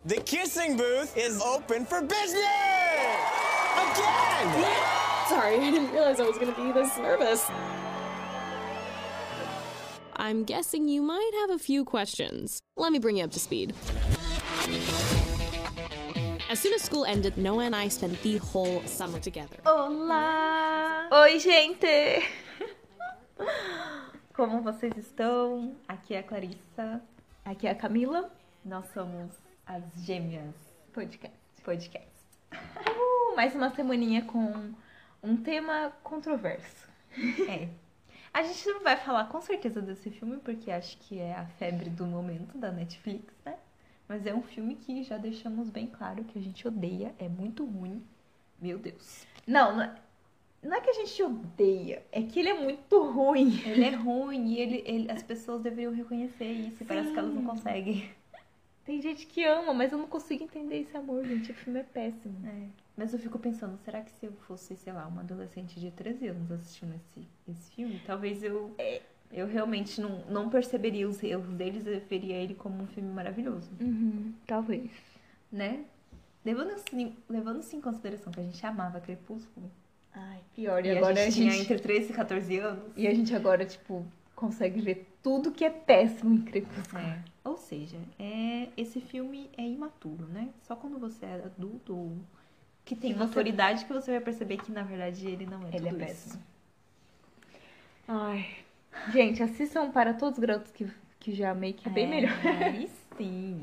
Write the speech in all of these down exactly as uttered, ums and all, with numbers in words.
The kissing booth is open for business! Again! Sorry, I didn't realize I was gonna be this nervous. I'm guessing you might have a few questions. Let me bring you up to speed. As soon as school ended, Noah and I spent the whole summer together. Olá! Oi, gente! Como vocês estão? Aqui é a Clarissa. Aqui é a Camila. Nós somos as Gêmeas Podcast. Podcast. Uh, mais uma semaninha com um tema controverso. É. A gente não vai falar com certeza desse filme, porque acho que é a febre do momento da Netflix, né? Mas é um filme que já deixamos bem claro que a gente odeia, é muito ruim. Meu Deus. Não, não é, não é que a gente odeia, é que ele é muito ruim. Ele é ruim e ele, ele, as pessoas deveriam reconhecer isso, e parece que elas não conseguem. Tem gente que ama, mas eu não consigo entender esse amor, gente. O filme é péssimo. É. Mas eu fico pensando, será que se eu fosse, sei lá, uma adolescente de treze anos assistindo esse, esse filme, talvez eu... É. Eu realmente não, não perceberia os erros deles, eu veria ele como um filme maravilhoso. Uhum, talvez. Né? Levando-se levando em consideração que a gente amava Crepúsculo. Ai, pior. E, e agora a gente, a gente tinha entre treze e quatorze anos. E a gente agora, tipo, consegue ver tudo que é péssimo em Crepúsculo. É. Ou seja, é, esse filme é imaturo, né? Só quando você é adulto ou que tem você... maturidade que você vai perceber que, na verdade, ele não é ele tudo é péssimo. Isso. Ai... Gente, assistam Para Todos os Garotos que, que Já Amei, que é bem é, melhor. Aí sim.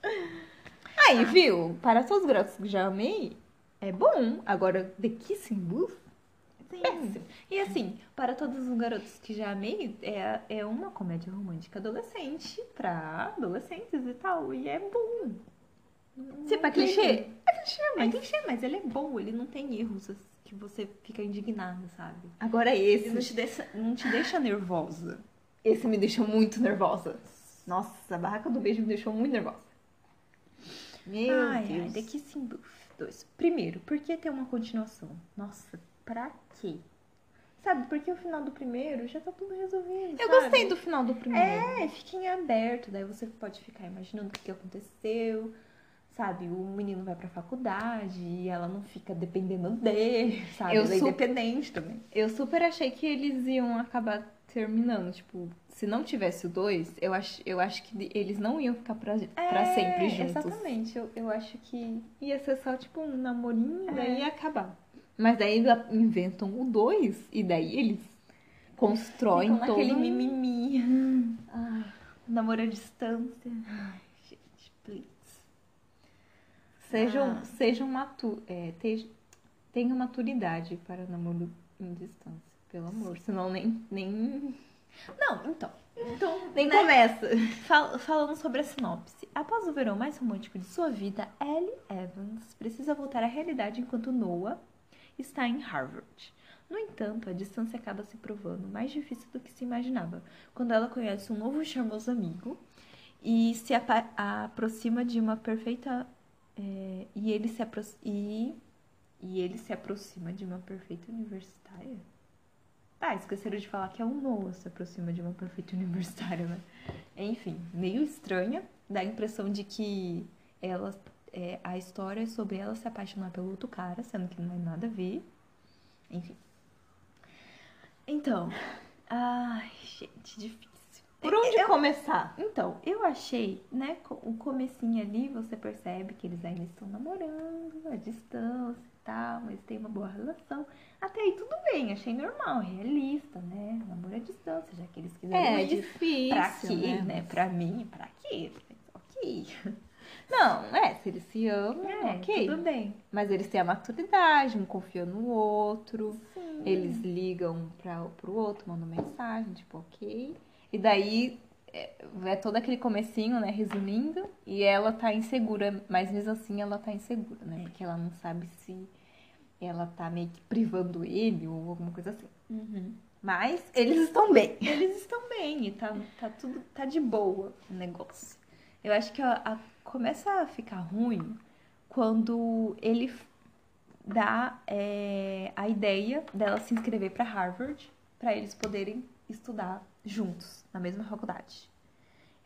Aí, viu? Para Todos os Garotos que Já Amei é bom. Agora, The Kissing Booth é péssimo. E assim, Para Todos os Garotos que Já Amei é, é uma comédia romântica adolescente pra adolescentes e tal. E é bom. Tipo, é clichê? É clichê, mas... É clichê, mas ele é bom. Ele não tem erros assim, que você fica indignado, sabe? Agora esse... Ele não te deixa, não te deixa nervosa. Esse me deixou muito nervosa. Nossa, a Barraca do Beijo me deixou muito nervosa. Meu ai, Deus. Ai, The Kissing Booth dois. Primeiro, por que ter uma continuação? Nossa, pra quê? Sabe, porque o final do primeiro já tá tudo resolvido, Eu sabe? Gostei do final do primeiro. É, fica em aberto. Daí você pode ficar imaginando o que aconteceu... Sabe, o menino vai pra faculdade e ela não fica dependendo dele, sabe? Eu ela é independente também. Eu super achei que eles iam acabar terminando, tipo, se não tivesse o dois, eu acho, eu acho que eles não iam ficar pra, é, pra sempre juntos. Exatamente, eu, eu acho que ia ser só, tipo, um namorinho, é. Daí ia acabar. Mas daí inventam o dois e daí eles constroem todo... aquele mimimi. Hum. Ai, namoro à distância. Ai, gente, please. Sejam, ah. sejam matu é, te, tenham maturidade para namoro em distância, pelo amor, senão nem... nem... Não, então, então nem né? Começa. Fal falando sobre a sinopse. Após o verão mais romântico de sua vida, Ellie Evans precisa voltar à realidade enquanto Noah está em Harvard. No entanto, a distância acaba se provando mais difícil do que se imaginava, quando ela conhece um novo e charmoso amigo e se aproxima de uma perfeita... É, e, ele se apro e, e ele se aproxima de uma perfeita universitária? Ah, esqueceram de falar que é o Noah se aproxima de uma perfeita universitária, né? Enfim, meio estranha. Dá a impressão de que ela, é, a história é sobre ela se apaixonar pelo outro cara, sendo que não tem nada a ver. Enfim. Então, ai, gente, difícil. Por onde eu, começar? Então, eu achei, né, o comecinho ali, você percebe que eles ainda estão namorando, à distância e tal, mas tem uma boa relação. Até aí tudo bem, achei normal, realista, né, namoro à distância, já que eles quiseram é, isso. É difícil, pra quê, né? né? Pra mim, pra quê? Ok. Não, é, se eles se amam, é, ok. Tudo bem. Mas eles têm a maturidade, um confia no outro, sim. Eles ligam pra, pro outro, mandam mensagem, tipo, ok... E daí, é, é todo aquele comecinho, né, resumindo, e ela tá insegura, mas mesmo assim ela tá insegura, né, é. Porque ela não sabe se ela tá meio que privando ele ou alguma coisa assim. Uhum. Mas eles estão bem. Eles estão bem e tá, tá tudo, tá de boa o negócio. Eu acho que a, a, começa a ficar ruim quando ele dá é, a ideia dela se inscrever pra Harvard, pra eles poderem estudar juntos, na mesma faculdade.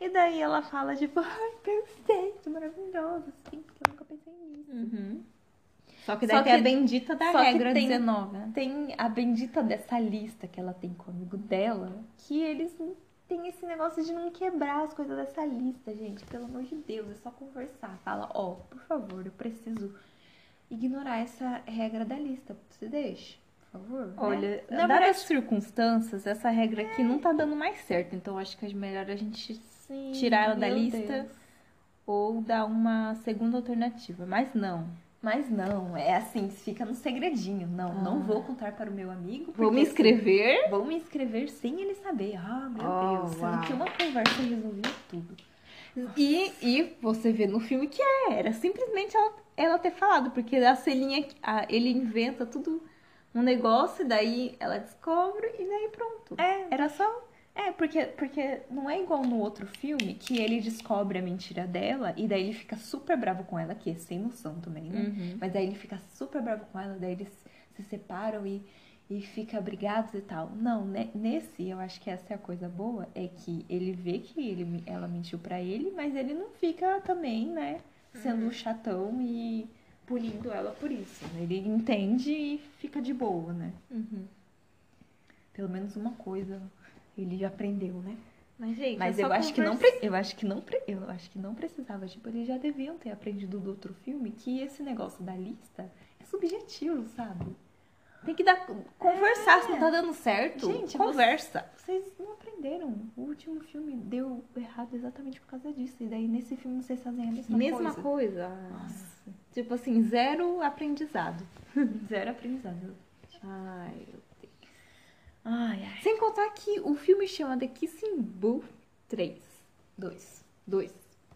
E daí ela fala, tipo, ai, perfeito, maravilhoso, assim, porque eu nunca pensei nisso. Uhum. Só que daí Só tem que- a bendita da só que regra tem- dezenove, né? Tem a bendita dessa lista que ela tem com o amigo dela, que eles têm esse negócio de não quebrar as coisas dessa lista, gente. Pelo amor de Deus, é só conversar. Fala, ó, por favor, eu preciso ignorar essa regra da lista. Você deixa, por favor. Olha, né? na dadas as circunstâncias, essa regra aqui não tá dando mais certo. Então, acho que é melhor a gente Sim, tirar ela da meu lista Deus. ou dar uma segunda alternativa. Mas não. Mas não, é assim, fica no segredinho. Não, não Ah. vou contar para o meu amigo. Vou porque me inscrever. assim, vou me inscrever sem ele saber. Ah, meu Oh, Deus. Sendo uau. que uma conversa resolvia tudo. E, e você vê no filme que é, era simplesmente ela, ela ter falado, porque a Celinha, a- ele inventa tudo um negócio, e daí ela descobre e daí pronto. É, Era só. É, porque, porque não é igual no outro filme que ele descobre a mentira dela e daí ele fica super bravo com ela, que é sem noção também, né? Uhum. Mas daí ele fica super bravo com ela, daí eles se separam e, e fica brigados e tal. Não, né? Nesse, eu acho que essa é a coisa boa, é que ele vê que ele, ela mentiu pra ele, mas ele não fica também, né, sendo chatão e punindo ela por isso. Né? Ele entende e fica de boa, né? Uhum. Pelo menos uma coisa ele já aprendeu, né? Mas, gente, Mas é eu só acho que não, conversa- pre- eu acho que não, pre- eu acho que não precisava, tipo, eles já deviam ter aprendido do outro filme que esse negócio da lista é subjetivo, sabe? Tem que dar, conversar, se não tá dando certo. Gente, conversa. Vocês não aprenderam. O último filme deu errado exatamente por causa disso. E daí nesse filme vocês fazem a mesma, Mesma coisa. coisa. Nossa, Tipo assim, zero aprendizado. zero aprendizado. Ai, eu Ai, ai. Sem contar que o filme chama The Kissing Booth três. Dois. dois.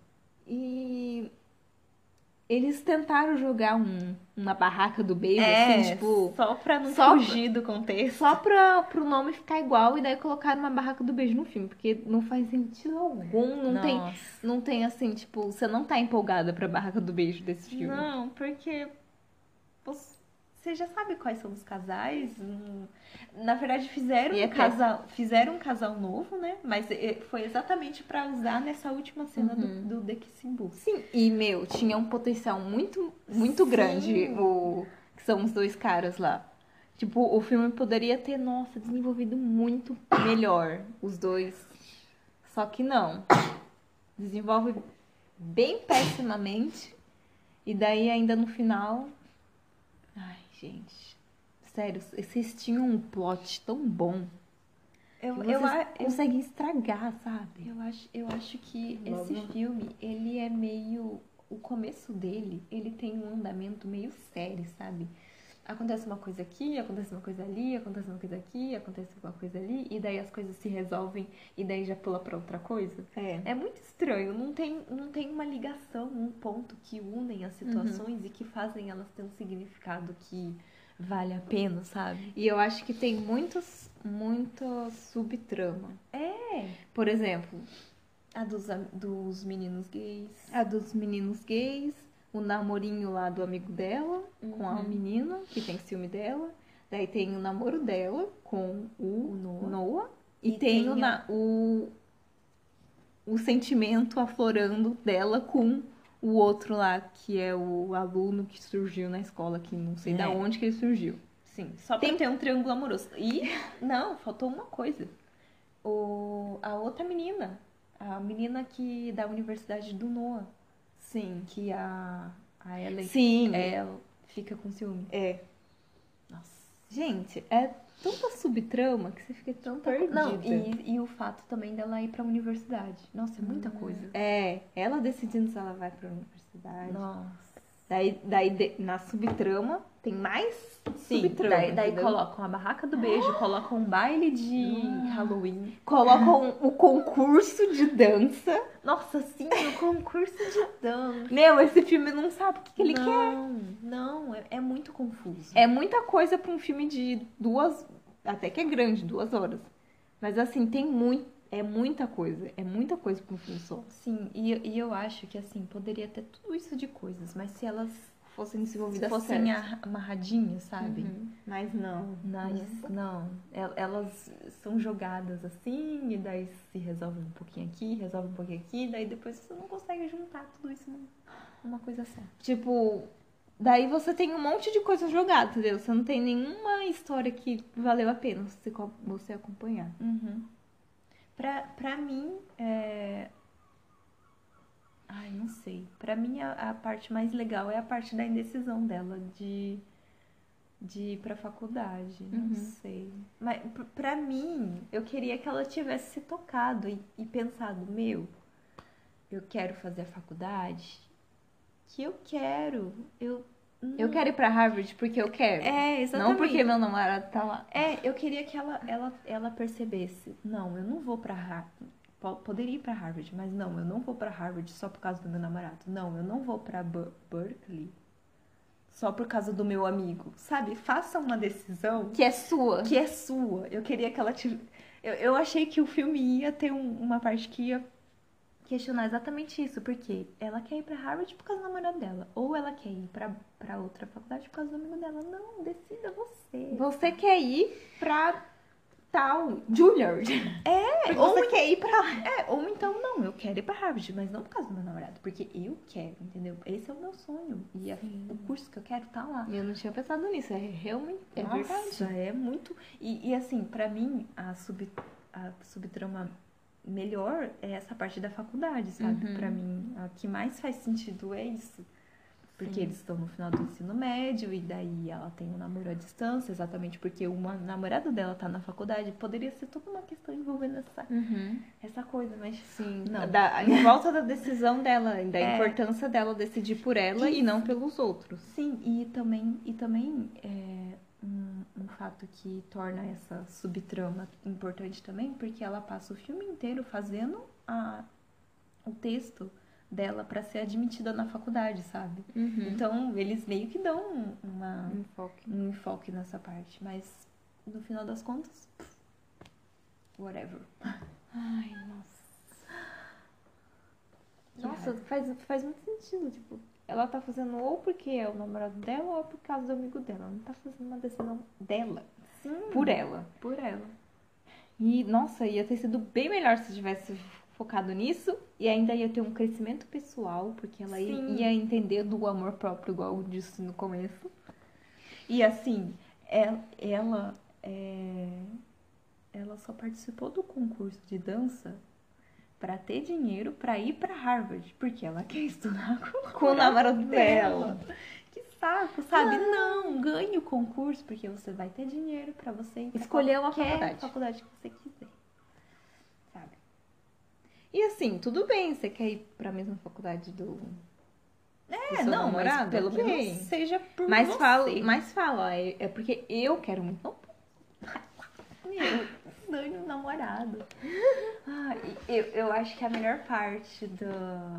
E eles tentaram jogar um, uma barraca do beijo, assim, tipo, só pra não só fugir do contexto. só pra, pro nome ficar igual, e daí colocaram uma barraca do beijo no filme, porque não faz sentido algum, não tem, Nossa. não tem assim, tipo, você não tá empolgada pra barraca do beijo desse filme. Não, porque você já sabe quais são os casais. hum, Na verdade, fizeram E um até- casal, fizeram um casal novo, né? Mas eh, foi exatamente pra usar nessa última cena Uhum. do, do The Kissing Booth. Sim, e, meu, tinha um potencial muito, muito Sim. grande, o que são os dois caras lá. Tipo, o filme poderia ter, nossa, desenvolvido muito melhor os dois. Só que não. Desenvolve bem pessimamente. E daí, ainda no final... Ai, gente. Sério, vocês tinham um plot tão bom. Eu, Que eu, vocês a- eu, conseguem estragar, sabe? eu acho, eu acho que Logo. esse filme, ele é meio... O começo dele, ele tem um andamento meio sério, sabe? Acontece uma coisa aqui, acontece uma coisa ali, acontece uma coisa aqui, acontece uma coisa ali, e daí as coisas se resolvem e daí já pula pra outra coisa. É. É muito estranho, não tem, não tem uma ligação, um ponto que unem as situações e que fazem elas ter um significado que vale a pena, sabe? E eu acho que tem muitos, muita subtrama. É. Por exemplo, A dos, am- dos meninos gays. a dos meninos gays, o namorinho lá do amigo dela com a Uhum. menina, que tem ciúme dela. Daí tem o namoro dela com o, O Noah. Noah. E, E tem, tem o, o- na- o, o sentimento aflorando dela com o outro lá, que é o aluno que surgiu na escola, que não sei É. da onde que ele surgiu. Sim, só Tem- pra ter um triângulo amoroso. E, não, faltou uma coisa. O, a outra menina, a menina que da universidade do Noah, Sim. que a, a Ellen Sim. é, fica com ciúme. É. Nossa. Gente, é tanta subtrama que você fica tão perdida. Não, e, e o fato também dela ir pra universidade. Nossa, é muita coisa. É, ela decidindo se ela vai pra universidade. Nossa. Daí, daí de- na subtrama tem mais Sim, subtrama. daí, daí entendeu? colocam a barraca do beijo, colocam um baile de Halloween. Colocam o concurso de dança. Nossa, sim, o concurso de dança. Meu, esse filme não sabe o que, que ele quer. Não, não, é, é muito confuso. É muita coisa pra um filme de duas. Até que é grande, duas horas. Mas assim, tem muito. É muita coisa. É muita coisa pra um filme só. Sim, e, e eu acho que assim, poderia ter tudo isso de coisas, mas se elas fossem desenvolvidas fossem certo. amarradinhas, sabe? Uhum. Mas não. Mas não, El- elas são jogadas assim, e daí se resolve um pouquinho aqui, resolve um pouquinho aqui, daí depois você não consegue juntar tudo isso num- numa coisa só. Tipo, daí você tem um monte de coisas jogadas, entendeu? Você não tem nenhuma história que valeu a pena você, co- você acompanhar. Uhum. Pra, pra mim, é... Ai, não sei. Pra mim, a, a parte mais legal é a parte da indecisão dela, de, de ir pra faculdade. Não Uhum. sei. Mas, p- pra mim, eu queria que ela tivesse se tocado e, e pensado, meu, eu quero fazer a faculdade, que eu quero. Eu, Eu quero ir pra Harvard porque eu quero. É, exatamente. Não porque meu namorado tá lá. É, eu queria que ela, ela, ela percebesse, não, eu não vou pra Harvard. Poderia ir pra Harvard, mas não, eu não vou pra Harvard só por causa do meu namorado. Não, eu não vou pra Ber- Berkeley só por causa do meu amigo. Sabe? Faça uma decisão Que é sua. que é sua. Eu queria que ela tivesse. Eu, eu achei que o filme ia ter um- uma parte que ia questionar exatamente isso, porque ela quer ir pra Harvard por causa do namorado dela, ou ela quer ir pra, pra outra faculdade por causa do amigo dela. Não, decida você. Você quer ir pra tal Juilliard. É, Porque ou, você quer ir pra lá. é, ou então não, eu quero ir pra Harvard, mas não por causa do meu namorado, porque eu quero, entendeu? Esse é o meu sonho. E a- o curso que eu quero tá lá. Eu não tinha pensado nisso, é realmente, é Nossa, verdade. é muito. E, e assim, pra mim, a, sub, a subtrama melhor é essa parte da faculdade, sabe? Uhum. Pra mim, a que mais faz sentido é isso. Porque Sim. eles estão no final do ensino médio e daí ela tem um namoro à distância, exatamente porque o namorado dela tá na faculdade. Poderia ser toda uma questão envolvendo essa, Uhum. essa coisa, mas Sim, não. Da, em volta da decisão dela, da É. importância dela decidir por ela e Isso. não pelos outros. Sim, e também, e também é, um, um fato que torna essa subtrama importante também, porque ela passa o filme inteiro fazendo a, o texto dela pra ser admitida na faculdade, sabe? Uhum. Então, eles meio que dão uma, Enfoque. um enfoque nessa parte, mas no final das contas, whatever. Ai, nossa. Nossa, faz, faz muito sentido, tipo, ela tá fazendo ou porque é o namorado dela ou por causa do amigo dela. Ela não tá fazendo uma decisão dela, Sim, por ela. por ela. E, nossa, ia ter sido bem melhor se tivesse focado nisso e ainda ia ter um crescimento pessoal, porque ela ia, Sim. ia entender do amor próprio, igual eu disse no começo. E assim, ela, ela, é, ela só participou do concurso de dança pra ter dinheiro pra ir pra Harvard, porque ela quer estudar com, Com o namorado dela. Que saco, sabe? Não, ganhe o concurso, porque você vai ter dinheiro pra você ir pra Escolher uma qualquer faculdade. faculdade que você quiser. Sabe? E assim, tudo bem, você quer ir pra mesma faculdade do. É, seu não, mas namorado? pelo Ok. menos seja por Mas você. fala, mas fala, é, é porque eu quero muito. Não, Meu, dane o namorado. Ah, e eu, eu acho que a melhor parte do,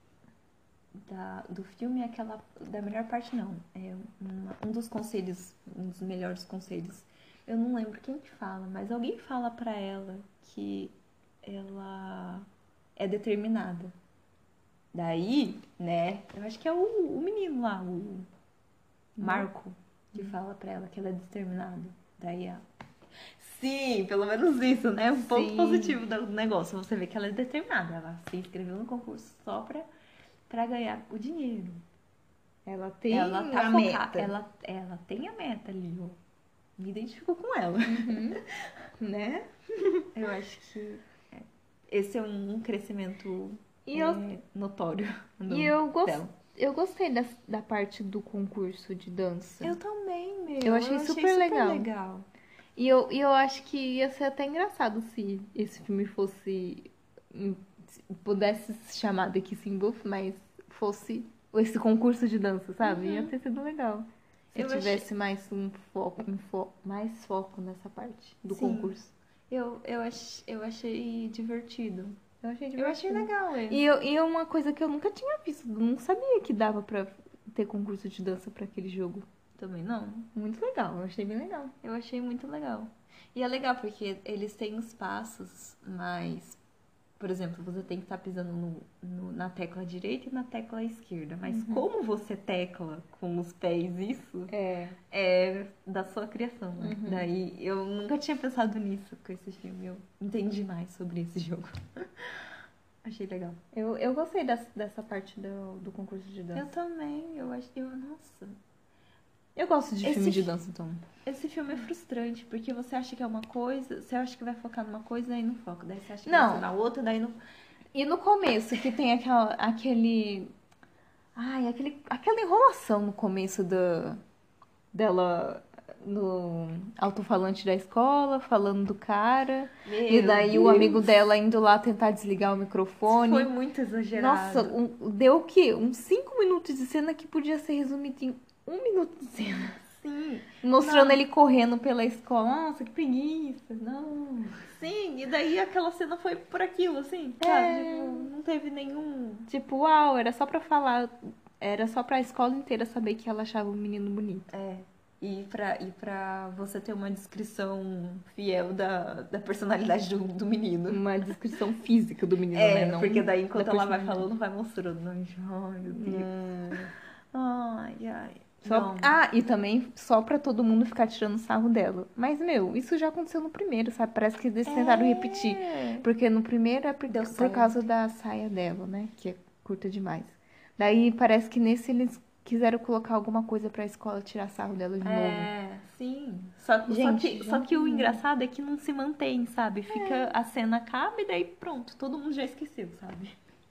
da, do filme é aquela. Da melhor parte, não. É uma- um dos conselhos, um dos melhores conselhos. Eu não lembro quem que fala, mas alguém fala pra ela que ela é determinada. Daí, né? Eu acho que é o, o menino lá, o Marco, que fala pra ela que ela é determinada. Daí ela. Sim, pelo menos isso, né? Um ponto Sim. positivo do negócio. Você vê que ela é determinada. Ela se inscreveu no concurso só pra, pra ganhar o dinheiro. ela tem ela tá a foca- meta. Ela, ela tem a meta ali, ó. Me identifico com ela. Né? Eu acho que é, esse é um, um crescimento E é, eu, notório. no- e eu, gos- dela. eu gostei da, da parte do concurso de dança. Eu também, meu. Eu achei super legal. legal. E eu, e eu acho que ia ser até engraçado se esse filme fosse. hum, se pudesse se chamar The Kissing Booth, mas fosse esse concurso de dança, sabe? Ia ter sido legal. Se Eu tivesse mais um foco, um fo- mais foco nessa parte do Sim. concurso. Eu, eu, ach, eu achei divertido. Eu achei Eu achei legal, é. E, eu, e é uma coisa que eu nunca tinha visto. Não sabia que dava pra ter concurso de dança pra aquele jogo. Também não. Muito legal, eu achei bem legal. Eu achei muito legal. E é legal porque eles têm os passos mais por exemplo, você tem que estar pisando no, no- na tecla direita e na tecla esquerda. Mas como você tecla com os pés isso, É. é da sua criação, né? Daí eu nunca tinha pensado nisso com esse filme. Eu entendi mais sobre esse jogo. Achei legal. Eu, eu gostei dessa, dessa parte do, do concurso de dança. Eu também, eu acho que eu, nossa. Eu gosto de Esse filme de fi- dança, então. Esse filme é frustrante, porque você acha que é uma coisa, você acha que vai focar numa coisa, daí não foca. Daí você acha que Não. vai ser na outra, daí não. E no começo, que tem aquela, aquele... Ai, aquele, aquela enrolação no começo da, dela no alto-falante da escola, falando do cara. e Meu daí o Deus. amigo dela indo lá tentar desligar o microfone. Foi muito exagerado. Nossa, um- deu o quê? Uns cinco minutos de cena que podia ser resumido em um minuto de cena. Sim, Mostrando Não. ele correndo pela escola. Nossa, que preguiça. Não. sim, e daí aquela cena foi por aquilo, assim, É. sabe? Tipo, não teve nenhum. Tipo, uau, era só pra falar. Era só pra escola inteira saber que ela achava o menino bonito. É. E pra, e pra você ter uma descrição fiel da, da personalidade do, do menino. Uma descrição física do menino, É, né? Não porque daí enquanto da ela vai personalidade. falando, vai mostrando. Né? Ai, meu Deus. Hum. Ai, ai. Só- Não. Ah, e também só pra todo mundo ficar tirando sarro dela. Mas, meu, isso já aconteceu no primeiro, sabe? Parece que eles tentaram repetir. É. Porque no primeiro é por, Deu por certo. causa da saia dela, né? Que é curta demais. Daí parece que nesse eles quiseram colocar alguma coisa pra escola tirar sarro dela de novo. É, sim. Só, só, Gente, que, já só que o não- engraçado é que não se mantém, sabe? Fica, a cena acaba e daí pronto, todo mundo já esqueceu, sabe?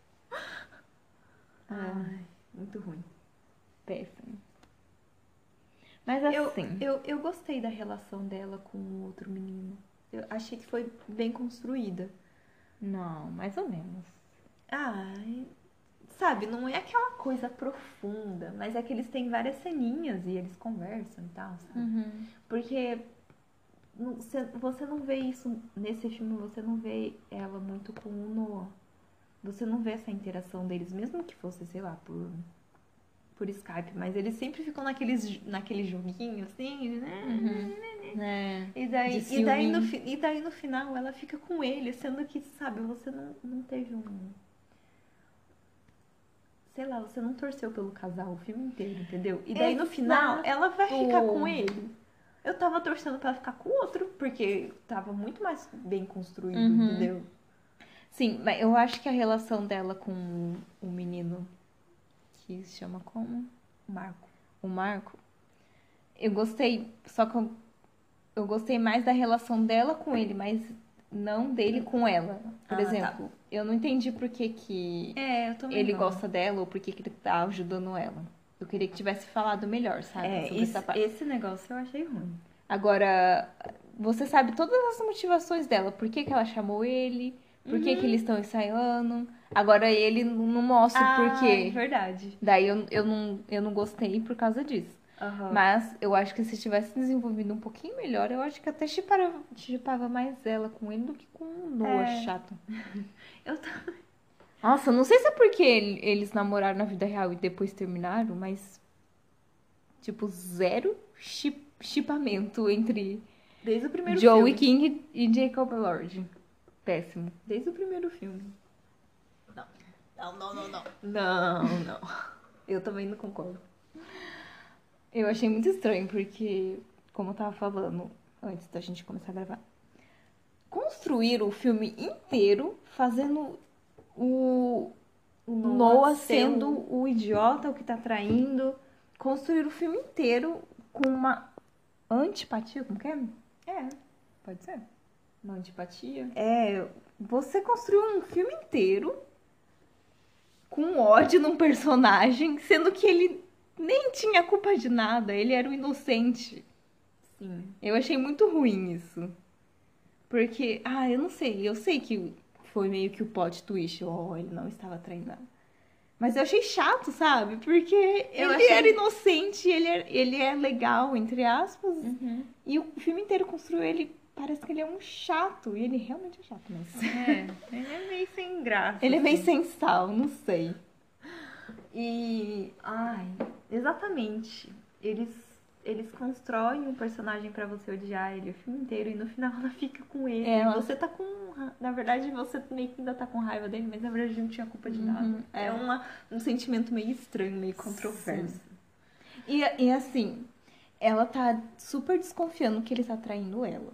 Ai, muito ruim. Péssimo. Mas Eu, assim. eu, eu gostei da relação dela com o outro menino. Eu achei que foi bem construída. Não, mais ou menos. Ai, sabe, não é aquela coisa profunda, mas é que eles têm várias ceninhas e eles conversam e tal, sabe? Uhum. Porque não- você você não vê isso nesse filme, você não vê ela muito com o Noah. Você não vê essa interação deles, mesmo que fosse, sei lá, por, por Skype, mas eles sempre ficam naqueles, naquele joguinho assim, né? É. E daí, De e, daí no, ciúminho. fi- e daí no final ela fica com ele, sendo que, sabe, você não, não teve um. Sei lá, você não torceu pelo casal o filme inteiro, entendeu? E daí no final Exato. ela vai ficar com ele. Eu tava torcendo pra ela ficar com o outro, porque tava muito mais bem construído, Uhum. entendeu? Sim, mas eu acho que a relação dela com o menino que se chama como? Marco. O Marco. Eu gostei, só que eu, eu gostei mais da relação dela com ele, mas não dele com ela. Por Ah, exemplo, eu não entendi por que, que É, eu também ele não. gosta dela ou por que, que ele tá ajudando ela. Eu queria que tivesse falado melhor, sabe? É, sobre isso- essa parte. esse negócio eu achei ruim. Agora, você sabe todas as motivações dela. Por que, que ela chamou ele? Por que, que eles estão ensaiando? Agora ele não não mostra o Ah, é porquê. verdade. Daí eu, eu, não, eu não gostei por causa disso. Aham. Mas eu acho que se tivesse desenvolvido um pouquinho melhor, eu acho que até chipava, chipava mais ela com ele do que com o Noah, É. chato. Eu também. Nossa, não sei se é porque ele- eles namoraram na vida real e depois terminaram, mas. Tipo, zero chip, chipamento entre Desde o primeiro Joey filme. King e Jacob Elord. Péssimo. Desde o primeiro filme. Não. Não, não, não, não. Não, não. Eu também não concordo. Eu achei muito estranho, porque, como eu tava falando antes da gente começar a gravar, construíram o filme inteiro fazendo o, o Noah Noah ser sendo o- o idiota, o que tá traindo. Construíram o filme inteiro com uma antipatia, como que é? É, Pode ser? Uma antipatia? é, Você construiu um filme inteiro com ódio num personagem, sendo que ele nem tinha culpa de nada, ele era o inocente. sim. Eu achei muito ruim isso. Porque, ah, eu não sei, eu sei que foi meio que o plot twist, oh, ele não estava treinando. Mas eu achei chato, sabe? Porque Eu ele achei- era inocente, ele é, ele é legal, entre aspas, Uhum. e o filme inteiro construiu ele, parece que ele é um chato, e ele realmente é chato, mas... É, ele é meio sem graça. Ele é meio assim. sem sal, não sei. E, ai, exatamente. Eles, eles constroem um personagem pra você odiar ele o filme inteiro e no final ela fica com ele. É, ela- Você tá com. ra- Na verdade, você meio que ainda tá com raiva dele, mas na verdade não tinha culpa de Uhum, nada. é. É uma, um sentimento meio estranho, meio controverso. E, e assim, ela tá super desconfiando que ele tá traindo ela.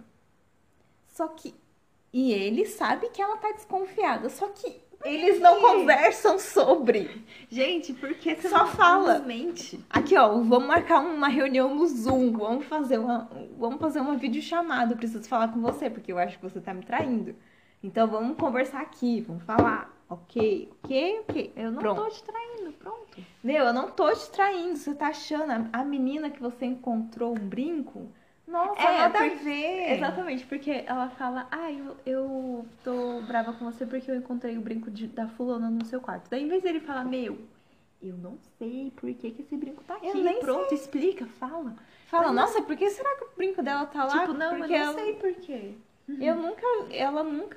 Só que. E ele sabe que ela tá desconfiada. Só que eles não conversam sobre. Gente, por que você Só não fala. mente? Aqui, ó, vamos marcar uma reunião no Zoom. Vamos fazer uma, vamos fazer uma videochamada. Eu preciso falar com você, porque eu acho que você tá me traindo. Então vamos conversar aqui, vamos falar. Ok, ok, ok. Eu não Pronto. tô te traindo, pronto. Meu, eu não tô te traindo. Você tá achando a, a menina que você encontrou um brinco? Nossa, É, nada a porque- ver. Exatamente, porque ela fala, ah, eu, eu tô brava com você porque eu encontrei o brinco de- da fulana no seu quarto. Daí, em vez dele falar, meu, eu não sei por que, que esse brinco tá aqui. Eu nem Pronto, explica, fala. Fala, Mas nossa, por que será que o brinco dela tá lá? tipo, não, Porque eu não ela- sei por quê. Eu nunca, ela nunca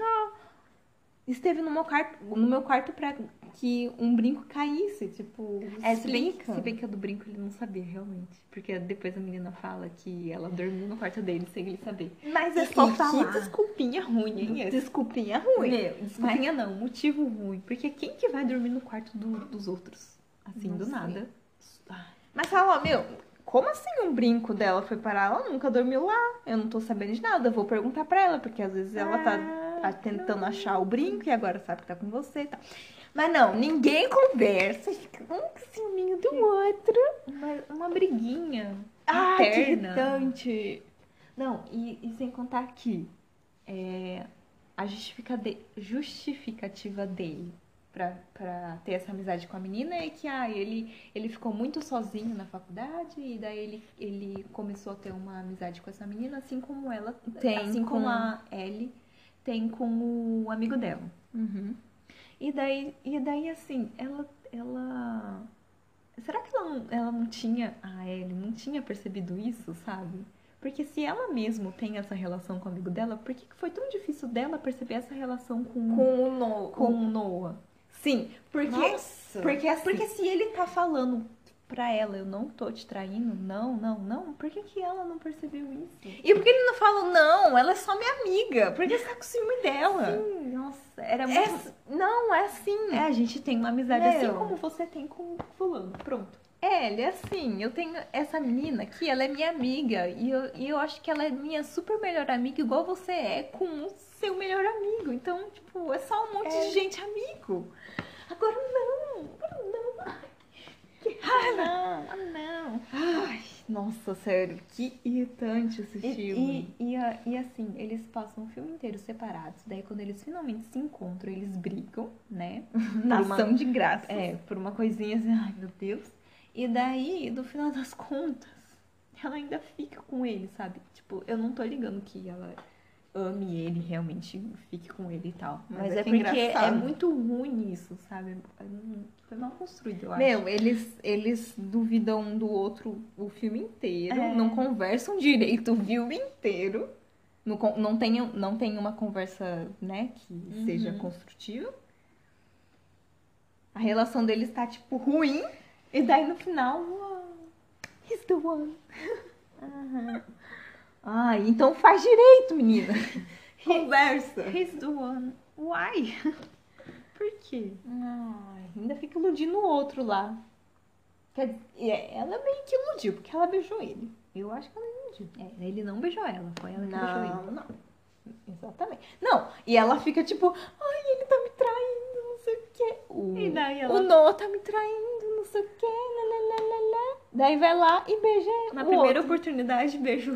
esteve no meu quarto, no meu quarto pra que um brinco caísse, tipo, É, se bem, explica. se bem que a do brinco ele não sabia, realmente. Porque depois a menina fala que ela dormiu no quarto dele sem ele saber. Mas E é só que falar. desculpinha ruim, hein? essa? Desculpinha ruim. Meu, desculpinha não, motivo ruim. Porque quem que vai dormir no quarto do- dos outros? Assim, Não do sei. nada. Ah, Mas fala, ó, meu, como assim um brinco dela foi parar? Ela nunca dormiu lá. Eu não tô sabendo de nada. Eu vou perguntar pra ela, porque às vezes ela tá, tá tentando achar o brinco e agora sabe que tá com você e tal. Mas não, ninguém conversa. Fica um ciúminho do outro. Uma, uma briguinha. Ah, que interna. irritante. Não, e, e sem contar que é, a justificade- justificativa dele pra, pra ter essa amizade com a menina é que ah, ele, ele ficou muito sozinho na faculdade e daí ele, ele começou a ter uma amizade com essa menina, assim como ela Tem assim com- como a Ellie tem com o amigo dela. Uhum. E daí, e daí assim, ela, ela... Será que ela não, ela não tinha... A Ellie não tinha percebido isso, sabe? Porque se ela mesmo tem essa relação com o amigo dela, por que que foi tão difícil dela perceber essa relação com, Com o no... com o Noah? Sim, porque... Nossa! Porque assim... Porque se ele tá falando pra ela, eu não tô te traindo, não, não, não, por que que ela não percebeu isso? E por que ele não fala, não, ela é só minha amiga? Por que você tá com ciúme dela? Sim, nossa, era É, muito... não, é assim. É, a gente tem uma amizade Meu. assim como você tem com o fulano, pronto. É, ele é assim, eu tenho essa menina aqui, ela é minha amiga, e eu, e eu acho que ela é minha super melhor amiga, igual você é com o seu melhor amigo. Então, tipo, é só um monte É. de gente amigo. Agora não, agora não. Ai, que Ah, raiva. não, ah, não. Ai, nossa, sério, que irritante esse E, filme. e, e, a- e assim, eles passam o filme inteiro separados. Daí, quando eles finalmente se encontram, eles brigam, né? Na por uma- ação de graça. É, por uma coisinha assim, ai meu Deus. E daí, no final das contas, ela ainda fica com ele, sabe? Tipo, eu não tô ligando que ela ame ele, realmente fique com ele e tal. Mas Mas, é é, que é porque é engraçado. muito ruim isso, sabe? Foi mal construído, eu acho. Meu, eles, eles duvidam um do outro o filme inteiro, É. não conversam direito o filme inteiro, não, con- não, tem, não tem uma conversa, né, que seja construtiva. A relação deles tá, tipo, ruim, e daí no final, uau, he's the one. Ah, então faz direito, menina. Conversa. He's the one. Why? Por quê? Ai, ainda fica iludindo o outro lá. Quer dizer, é, ela meio que iludiu, porque ela beijou ele. Eu acho que ela iludiu. É, ele não beijou ela, foi ela que beijou ele. Não, não. Exatamente. Não, e ela fica tipo, ai, ele tá me traindo, não sei o quê. O, E daí ela- o Noah tá me traindo, não sei o quê, lá, lá, lá, lá, lá. Daí vai lá e beija Na o primeira outro. oportunidade, beijo.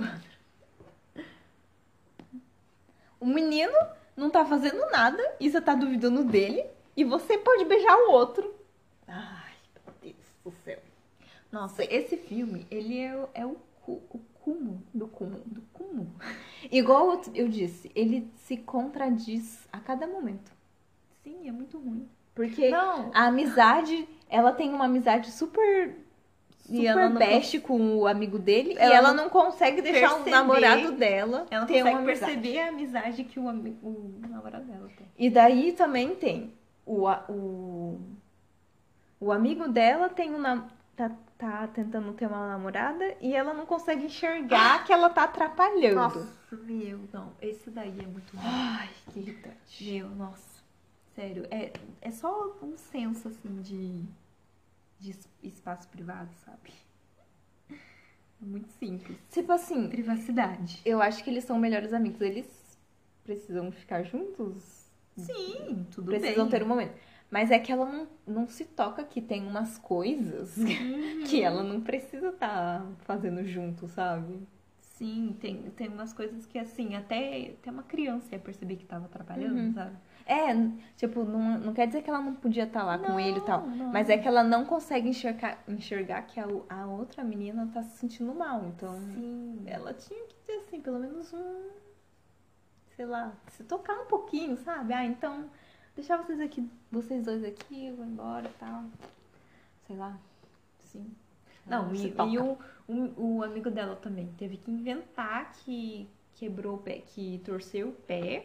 O menino não tá fazendo nada e você tá duvidando dele e você pode beijar o outro. Ai, meu Deus do céu. Nossa, esse filme, ele é, o- é o, cu- o cúmulo do cúmulo do cúmulo. Igual eu- eu disse, ele se contradiz a cada momento. Sim, é muito ruim. Porque Não. a amizade, ela tem uma amizade super, E ela super não best com o amigo dele Ela e ela não não consegue deixar o perceber- namorado dela Ela ter consegue uma amizade. perceber a amizade que o, ami- o namorado dela tem. E daí também tem o, a- o, o amigo dela tem um, nam- tá, tá tentando ter uma namorada e ela não consegue enxergar que ela tá atrapalhando. Nossa, meu, não. Esse daí é muito ruim. Ai, que irritante. Meu, nossa. Sério, é, é só um senso, assim, de, de es- espaço privado, sabe? É muito simples. Tipo assim, Privacidade. eu acho que eles são melhores amigos. Eles precisam ficar juntos? Sim, tudo Precisam bem. ter um momento. Mas é que ela não, não se toca que tem umas coisas que ela não precisa estar fazendo junto, sabe? Sim, tem, tem umas coisas que, assim, até, até uma criança ia perceber que tava atrapalhando, Uhum. sabe? É, tipo, não, não quer dizer que ela não podia estar lá com Não, ele e tal. não. Mas é que ela não consegue enxergar, enxergar que a, a outra menina tá se sentindo mal. Então, Sim. ela tinha que ter, assim, pelo menos um. Sei lá, se tocar um pouquinho, sabe? Ah, então, deixar vocês aqui, vocês dois aqui, eu vou embora e tal. Sei lá. Sim. Não, se e, toca. e o, o, o amigo dela também teve que inventar que quebrou o pé, que torceu o pé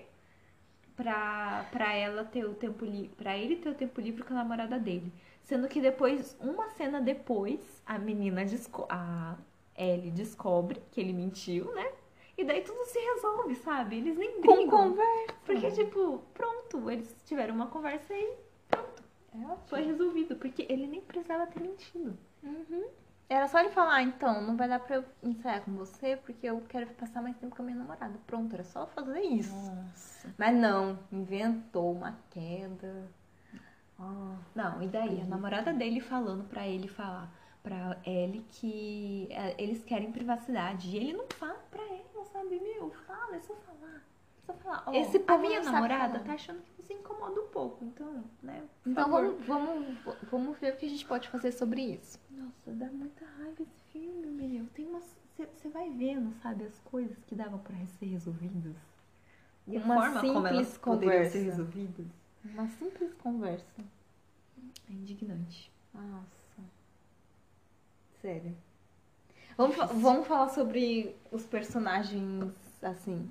pra, pra ela ter o tempo livre, pra ele ter o tempo livre com a namorada dele. Sendo que depois, uma cena depois, a menina, desco a Ellie descobre que ele mentiu, né? E daí tudo se resolve, sabe? Eles nem Com brigam. conversa. Porque, tipo, pronto, eles tiveram uma conversa e É ótimo. foi resolvido. Porque ele nem precisava ter mentido. Uhum. Era só ele falar, ah, então, não vai dar pra eu ensaiar com você porque eu quero passar mais tempo com a minha namorada. Pronto, era só fazer isso. Nossa. Mas não, inventou uma queda. Ah, Não, e daí? A namorada dele falando pra ele falar pra Ellie que é, eles querem privacidade. E ele não fala pra ela, sabe? Meu, fala, é só falar. É só falar. Ó, Esse a povo minha não sabe namorada falar. tá achando que você incomoda um pouco. Então, né? por então favor. vamos, vamos, vamos ver o que a gente pode fazer sobre isso. Nossa, dá muita raiva esse filme, meu. Tem umas. Você vai vendo, sabe, as coisas que davam pra ser resolvidas. E a Uma forma como elas simples poderiam conversa. ser resolvidas. Uma simples conversa. É indignante. Nossa. Sério. Vamos, fa- vamos falar sobre os personagens, assim.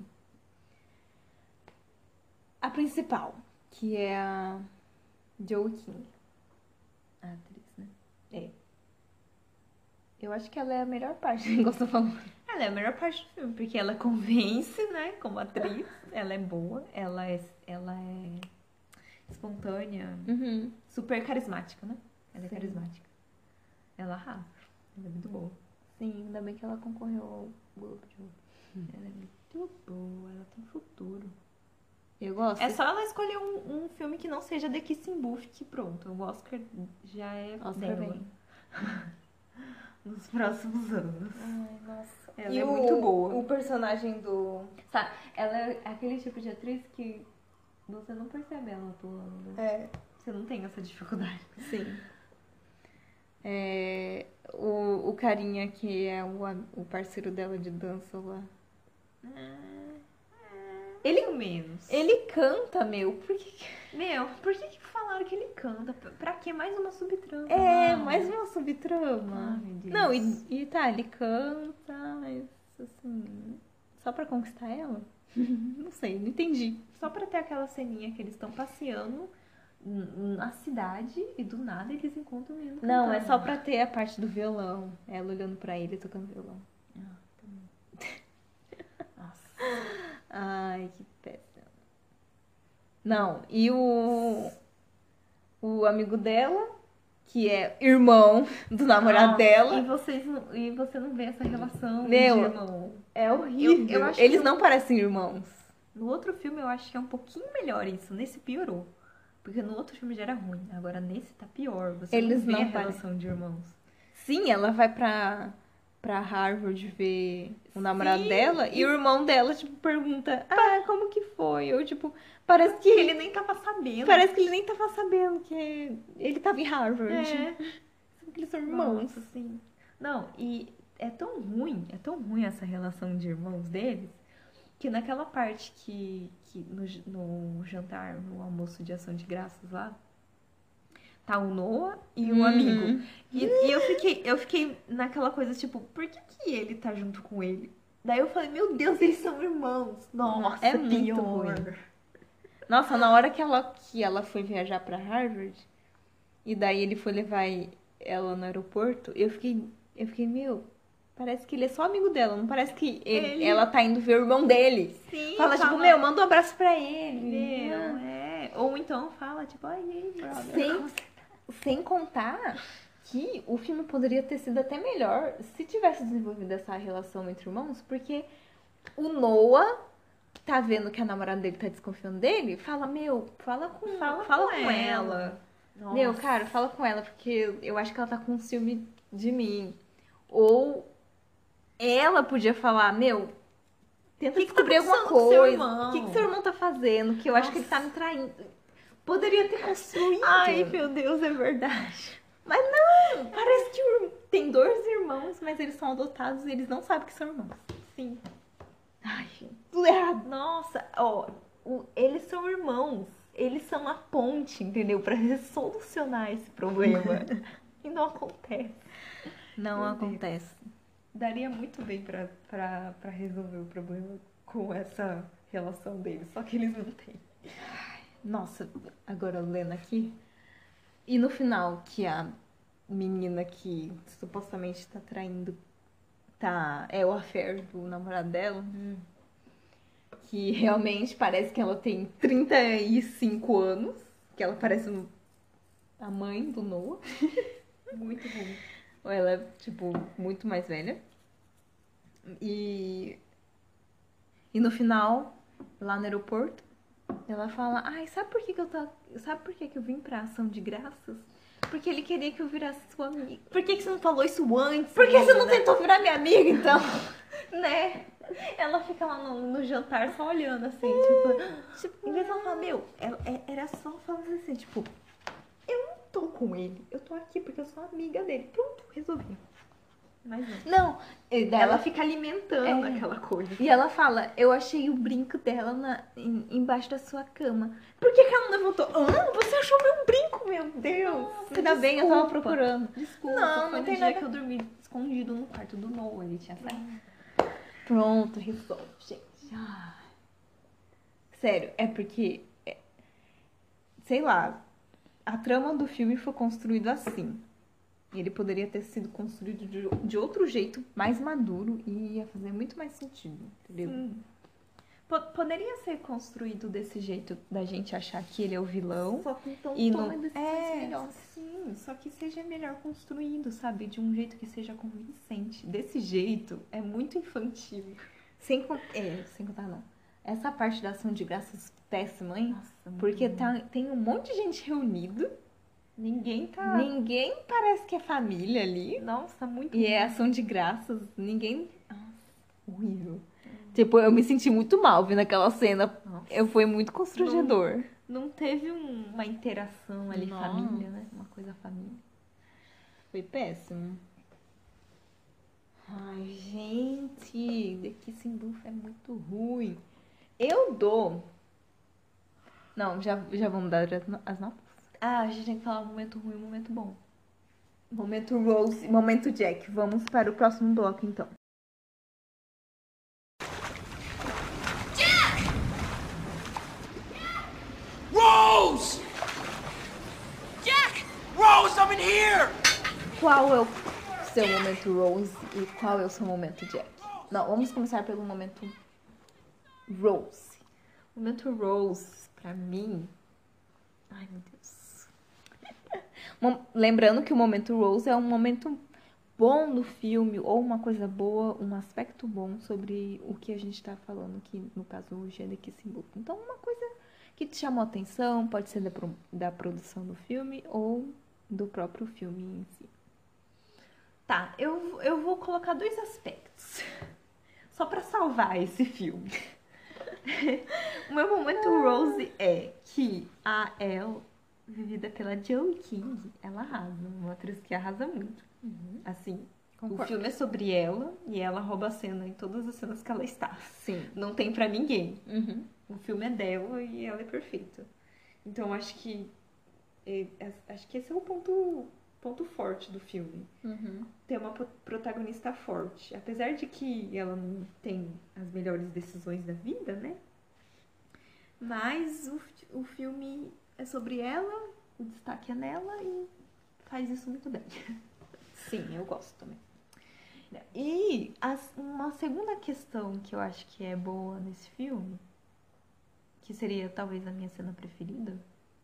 A principal, que é a Joey King. A atriz, né? É. Eu acho que ela é a melhor parte, igual você falou. Ela é a melhor parte do filme, porque ela convence, né, como atriz. Ela é boa, ela é, ela é espontânea, Uhum. super carismática, né? Ela é Sim. carismática. Ela arrasa. Ela é muito boa. Sim, ainda bem que ela concorreu ao Globo de Ouro. Ela é muito boa, ela tem futuro. Eu gosto. É só ela escolher um, um filme que não seja The Kissing Booth, que pronto, o Oscar já é Oscar dela. vem. Nos próximos anos. Ai, nossa. Ela E é o, muito boa. O personagem do. Sabe, ela é aquele tipo de atriz que você não percebe ela atuando. É. Você não tem essa dificuldade. Sim. É, o, o carinha que é o, am- o parceiro dela de dança lá. Ele é o menos. Ele canta, meu. Por que que- Meu, por que, que falaram que ele canta? Pra- Pra quê? Mais uma subtrama. É, Ah. mais uma subtrama. Ai, meu Deus. Não, e, e tá, ele canta, mas assim. Só pra conquistar ela? Não sei, não entendi. Só pra ter aquela ceninha que eles estão passeando n- na cidade e do nada eles encontram ele Não, é cantando. só pra ter a parte do violão. Ela olhando pra ele tocando violão. Ah, tá bom. Nossa. Ai, que péssimo. Não, e o. O amigo dela, que é irmão do namorado Ah, dela. E, vocês não, e você não vê essa relação Meu, de irmão. É horrível. Eu- eu acho Eles que não parecem irmãos. No outro filme eu acho que é um pouquinho melhor isso. Nesse piorou. Porque no outro filme já era ruim. Agora nesse tá pior. Você Eles não vê não a parecem. relação de irmãos. Sim, ela vai pra, pra Harvard ver o namorado Sim. dela e o irmão dela, tipo, pergunta: Ah, como que foi? Ou, tipo, parece que Ele nem tava sabendo. Parece que ele nem tava sabendo que ele tava em Harvard. É. Eles são irmãos. Nossa, sim. Não, e é tão ruim, é tão ruim essa relação de irmãos deles, que naquela parte que, que no, j- no jantar, no almoço de ação de graças lá, tá o Noah e o Uhum. amigo. E, e eu fiquei, eu fiquei naquela coisa, tipo, por que, que ele tá junto com ele? Daí eu falei, meu Deus, eles são irmãos. Nossa, É muito pior. ruim. Nossa, na hora que ela, que ela foi viajar pra Harvard, e daí ele foi levar e- ela no aeroporto, eu fiquei, eu fiquei, meu, parece que ele é só amigo dela, não parece que ele- Ele- ela tá indo ver o irmão dele. Sim, Fala, tipo, meu, manda um abraço pra ele. Meu, Ah. é. Ou então fala, tipo, ai, ei, brother. Sem, sem contar que o filme poderia ter sido até melhor se tivesse desenvolvido essa relação entre irmãos, porque o Noah tá vendo que a namorada dele tá desconfiando dele, fala, meu, fala com, Fala, fala com, ela. Nossa. Meu, cara, fala com ela, porque eu acho que ela tá com ciúme de mim. Ou ela podia falar, meu, tenta Que que tá descobrir alguma acontecendo com seu coisa. irmão? O que, que seu irmão tá fazendo? Que eu acho que ele tá me traindo. Poderia ter construído. Ai, meu Deus, é verdade. Mas não, parece que o- tem dois irmãos, mas eles são adotados e eles não sabem que são irmãos. Sim. Ai, tudo errado. Nossa, ó, o- eles são irmãos. Eles são a ponte, entendeu? Pra solucionar esse problema. E não acontece. Não Meu acontece. Daria muito bem pra, pra, pra resolver o problema com essa relação deles, só que eles não têm. Nossa, agora lendo aqui. E no final, que a menina que supostamente tá traindo tá, é o affair do namorado dela. Que realmente parece que ela tem trinta e cinco anos. Que ela parece um- a mãe do Noah. Muito ruim. Ou ela é, tipo, muito mais velha. E. E no final, lá no aeroporto, ela fala: ai, sabe por que, que eu tô. Sabe por que, que eu vim pra ação de graças? Porque ele queria que eu virasse sua amiga. Por que, que você não falou isso antes? Por que você não menina? tentou virar minha amiga, então? Né? Ela fica lá no, no jantar só olhando assim, tipo, Tipo, em vez de ela falar, meu, ela- é- era só falar assim, tipo, eu não tô com ele, eu tô aqui porque eu sou amiga dele. Pronto, resolvi. Mas não. não. E daí Ela ela fica alimentando É. aquela coisa. E ela fala, eu achei o brinco dela na, em- embaixo da sua cama. Por que, que ela não levantou? Ah, você achou meu brinco, meu Deus. Nossa, ainda bem, eu tava desculpa. procurando. Desculpa, Não, foi não no tem dia nada- que eu dormi escondido no quarto do Noah, ele tinha saído. Pronto, resolve, gente. Ai. Sério, é porque, é, sei lá, a trama do filme foi construída assim. Ele poderia ter sido construído de, de outro jeito, mais maduro, e ia fazer muito mais sentido, entendeu? Sim. Po- Poderia ser construído desse jeito, da gente achar que ele é o vilão. Só que então E toma não... decisões É, melhores. sim, só que seja melhor construído, sabe? De um jeito que seja convincente. Desse jeito, é muito infantil. Sem, con- é, sem contar, não. Essa parte da ação de graças péssima, hein? Nossa, Porque tá, tem um monte de gente reunido, ninguém tá... ninguém parece que é família ali. Nossa, muito E é ação de graças, ninguém. Nossa, horrível. Tipo, eu me senti muito mal vendo aquela cena. Nossa. Eu, foi muito constrangedor. Não teve um- uma interação ali, Não. família, né? Uma coisa família. Foi péssimo. Ai, gente, The Kissing Booth é muito ruim. Eu dou. Não, já, já vamos dar as no- as notas? Ah, a gente tem que falar um momento ruim e um momento bom. Momento Rose, momento Jack. Vamos para o próximo bloco, então. Rose! Jack! Rose, I'm in here! Qual é o seu momento Rose e qual é o seu momento Jack? Não, vamos começar pelo momento Rose. O momento Rose, pra mim... Ai, meu Deus. Mom- Lembrando que o momento Rose é um momento bom do filme, ou uma coisa boa, um aspecto bom sobre o que a gente tá falando, que no caso hoje é The Kissing Booth. Então, uma coisa que te chamou a atenção, pode ser da, pro- da produção do filme ou do próprio filme em si. Tá, eu, eu vou colocar dois aspectos. Só pra salvar esse filme. O meu momento Rose é que a Elle, vivida pela Joey King, ela arrasa. Uma atriz que arrasa muito. Assim, o Concordo. filme é sobre ela e ela rouba a cena em todas as cenas que ela está. Sim. Não tem pra ninguém. Uhum. O filme é dela e ela é perfeita. Então acho que é, é- acho que esse é o ponto ponto forte do filme. Uhum. Ter uma pro- protagonista forte, apesar de que ela não tem as melhores decisões da vida, né? Mas o, fi- o filme é sobre ela, o destaque é nela e faz isso muito bem. Sim, eu gosto também. E as- uma segunda questão que eu acho que é boa nesse filme, que seria talvez a minha cena preferida,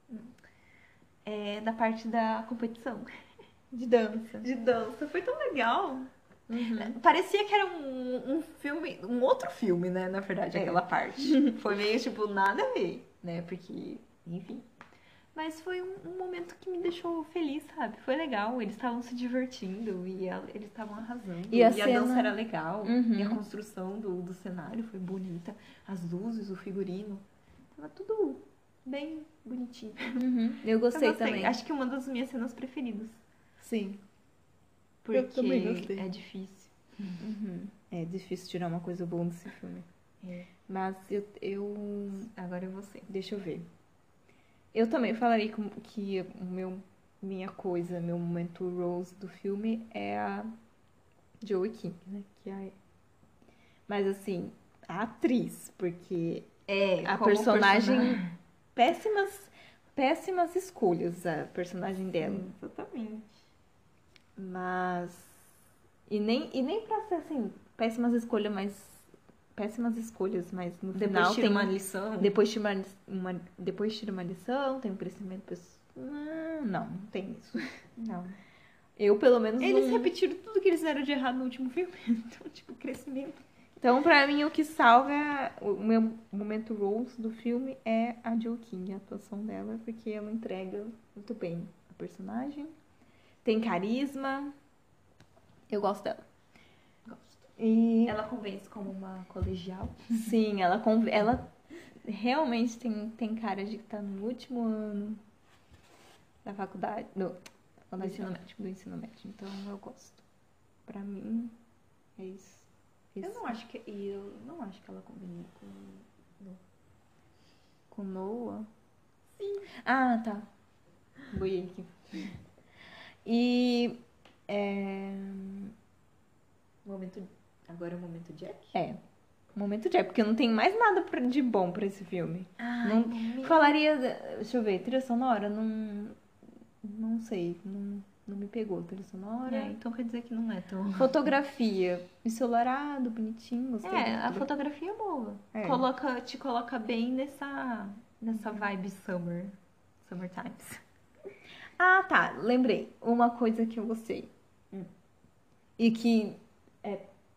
é da parte da competição De dança. de dança. Foi tão legal. Uhum. Parecia que era um, um filme, um outro filme, né? Na verdade, É. aquela parte. Foi meio tipo nada a ver, né? Porque, enfim. Mas foi um, um momento que me deixou feliz, sabe? Foi legal. Eles estavam se divertindo e a- eles estavam arrasando. E a dança cena- era legal. Uhum. E a construção do, do cenário foi bonita. As luzes, o figurino. Tava tudo bem bonitinho. Uhum. Eu gostei Eu gostei. também. Acho que uma das minhas cenas preferidas. Sim. Porque Eu também gostei. é difícil. Uhum. É difícil tirar uma coisa boa desse filme. É. Mas eu, eu. Agora é você. Deixa eu ver. Eu também falaria que, que o meu, minha coisa, meu momento Rose do filme é a Joey King, né? Que é... Mas assim, a atriz, porque É, a como personagem. personagem. Péssimas, péssimas escolhas a personagem dela. Sim, exatamente. Mas. E nem, e nem pra ser assim, péssimas escolhas, mas. Péssimas escolhas, mas no Depois final tira tem uma lição. Depois tira uma, uma, depois tira uma lição, tem um crescimento pessoal. Não, não, não tem isso. Não. Eu, pelo menos, Eles não... repetiram tudo que eles fizeram de errado no último filme. Então, tipo, crescimento. Então, pra mim, o que salva é- o meu momento Rose do filme é a Jo King, a atuação dela, porque ela entrega muito bem a personagem. Tem carisma. Eu gosto dela. Gosto. E Ela convence como uma colegial. sim, ela, conv- ela realmente tem, tem cara de que tá no último ano da faculdade. No, do ensino médio. Do ensino médio. Então eu gosto. Pra mim, é isso. Eu Esse- não acho que. E eu não acho que ela combina com. Com Noah? Sim. Ah, tá. Boiei aqui. E. É. Momento. Agora é o momento Jack? É. Momento de é, porque não tem mais nada pra- de bom pra esse filme. Ah, Não falaria. Deixa eu ver, trilha sonora? Não. Não sei. Não, não me pegou. Trilha sonora. É, então quer dizer que não é tão. Fotografia. Ensolarado, bonitinho. Gostei É, da a fotografia é boa. É. Coloca, te coloca bem nessa, nessa vibe summer. Summer times. Ah, tá. Lembrei. Uma coisa que eu gostei. Hum. E que é,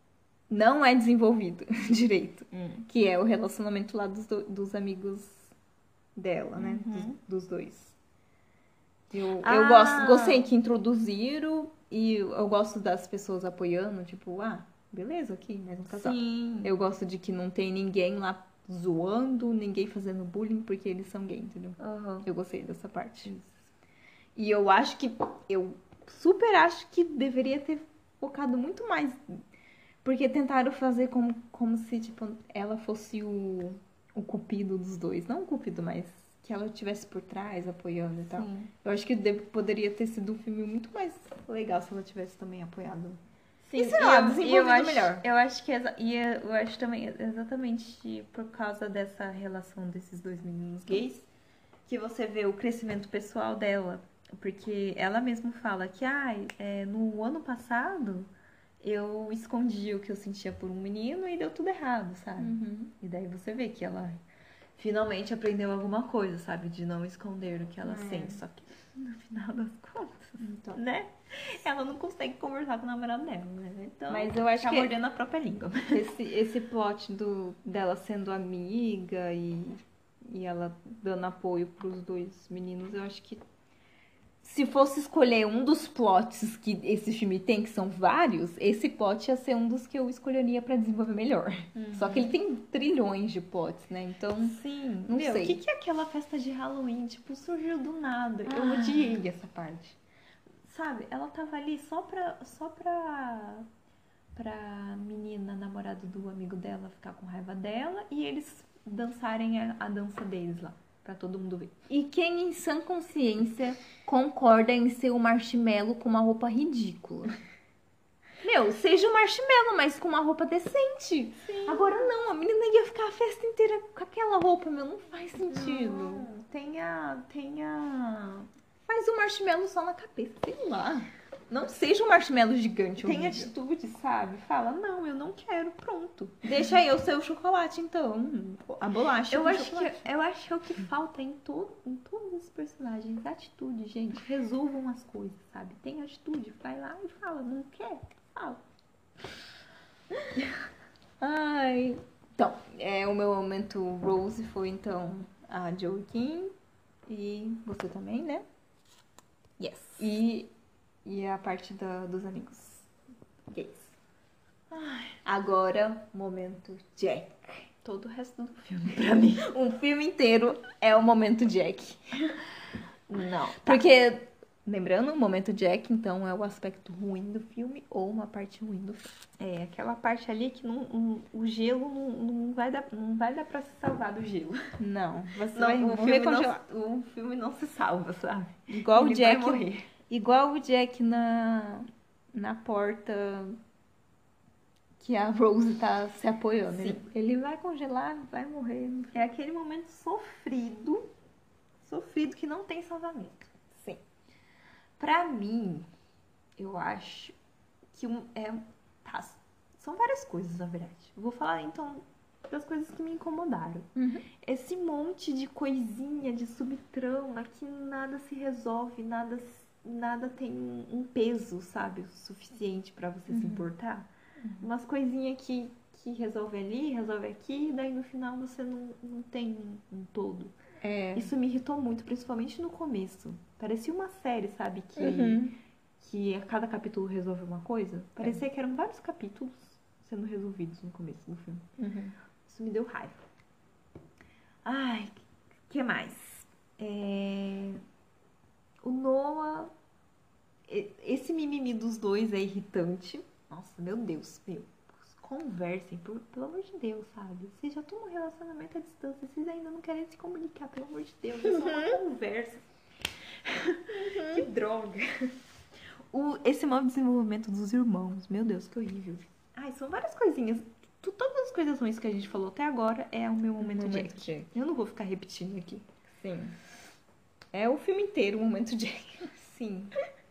não é desenvolvido direito. Que é o relacionamento lá dos, do- dos amigos dela, né? Uhum. Dos, dos dois. Eu, Ah! eu gosto, gostei que introduziram e eu gosto das pessoas apoiando, tipo, ah, beleza, aqui, mais um casal. Sim. Eu gosto de que não tem ninguém lá zoando, ninguém fazendo bullying porque eles são gay, entendeu? Aham. Eu gostei dessa parte. E eu acho que. Eu super acho que deveria ter focado muito mais. Porque tentaram fazer como, como se, tipo, ela fosse o, o cupido dos dois. Não o cupido, mas que ela estivesse por trás, apoiando e tal. Sim. Eu acho que deve- poderia ter sido um filme muito mais legal se ela tivesse também apoiado. Sim, E sei lá, eu- desenvolvido eu acho, melhor. Eu acho que exa- e eu acho também exatamente por causa dessa relação desses dois meninos gays que você vê o crescimento pessoal dela. Porque ela mesma fala que ah, é, no ano passado eu escondi o que eu sentia por um menino e deu tudo errado, sabe? Uhum. E daí você vê que ela finalmente aprendeu alguma coisa, sabe? De não esconder o que ela É. sente. Só que no final das contas, Então. né? Ela não consegue conversar com o namorado dela, né? Então, Mas eu acho tá que- mordendo a própria língua. Esse, esse plot do, dela sendo amiga e, e ela dando apoio pros dois meninos, eu acho que se fosse escolher um dos plots que esse filme tem, que são vários, esse plot ia ser um dos que eu escolheria pra desenvolver melhor. Só que ele tem trilhões de plots, né? Então, Sim, Não meu, sei. o que, que é aquela festa de Halloween? Tipo, surgiu do nada. Eu Ah. odiei essa parte. Sabe, ela tava ali só pra. Só pra. Pra menina, namorada do amigo dela, ficar com raiva dela e eles dançarem a, a dança deles lá, pra todo mundo ver. e quem em sã consciência concorda em ser o marshmallow com uma roupa ridícula? Meu, seja o marshmallow, mas com uma roupa decente. Agora não, a menina ia ficar a festa inteira com aquela roupa, meu, não faz sentido. Não, tem a. Tem a. Faz um marshmallow só na cabeça, sei lá. Não seja um marshmallow gigante. Tem horrível. atitude, sabe? Fala, não, eu não quero, pronto. Deixa eu ser o chocolate, então. A bolacha. Eu com acho, chocolate. que, eu acho que é o que falta em, todo, em todos os personagens. Atitude, gente. Resolvam as coisas, sabe? Tem atitude. Vai lá e fala. Não quer? Fala. Ai. Então, é, o meu momento Rose foi, então, a Joey Kim. E você também, né? Yes. E, e a parte da, dos amigos gays. Agora, momento Jack. Todo o resto do filme, pra mim. Um filme inteiro é o momento Jack. Não. Porque, lembrando, o momento Jack, então, é o aspecto ruim do filme ou uma parte ruim do filme. É, aquela parte ali que não, não- o gelo não, não, vai dar, não vai dar pra se salvar do gelo. Não, você Não, vai o, morrer filme congelado. não, o filme não se salva, sabe? Igual Ele o Jack, vai morrer. igual o Jack na, na porta que a Rose tá se apoiando. Ele, ele vai congelar, vai morrer. É aquele momento sofrido, sofrido que não tem salvamento. Sim. Pra mim, eu acho que um, é, tá, são várias coisas, na verdade. Eu vou falar, então, das coisas que me incomodaram. Uhum. Esse monte de coisinha, de subtrama, que nada se resolve, nada, nada tem um um peso, sabe? O suficiente pra você se importar. Umas coisinhas que, que resolve ali, resolve aqui, e daí no final você não, não tem um, um todo. É. Isso me irritou muito, principalmente no começo. Parecia uma série, sabe? Que, Uhum. que a cada capítulo resolve uma coisa. Parecia que eram vários capítulos sendo resolvidos no começo do filme. Uhum. Isso me deu raiva. Ai, o que mais? É, O Noah... e- Esse mimimi dos dois é irritante. Nossa, meu Deus, meu. Conversem, por- pelo amor de Deus, sabe? Vocês já estão num relacionamento à distância, vocês ainda não querem se comunicar, pelo amor de Deus. É só uma conversa. Que droga. O, esse mau desenvolvimento dos irmãos, meu Deus, que horrível. Ai, são várias coisinhas. Tu- Todas as coisas ruins que a gente falou até agora é o meu momento, Momento Jack. Jack. Eu não vou ficar repetindo aqui. Sim. É o filme inteiro, o momento Jack. Sim.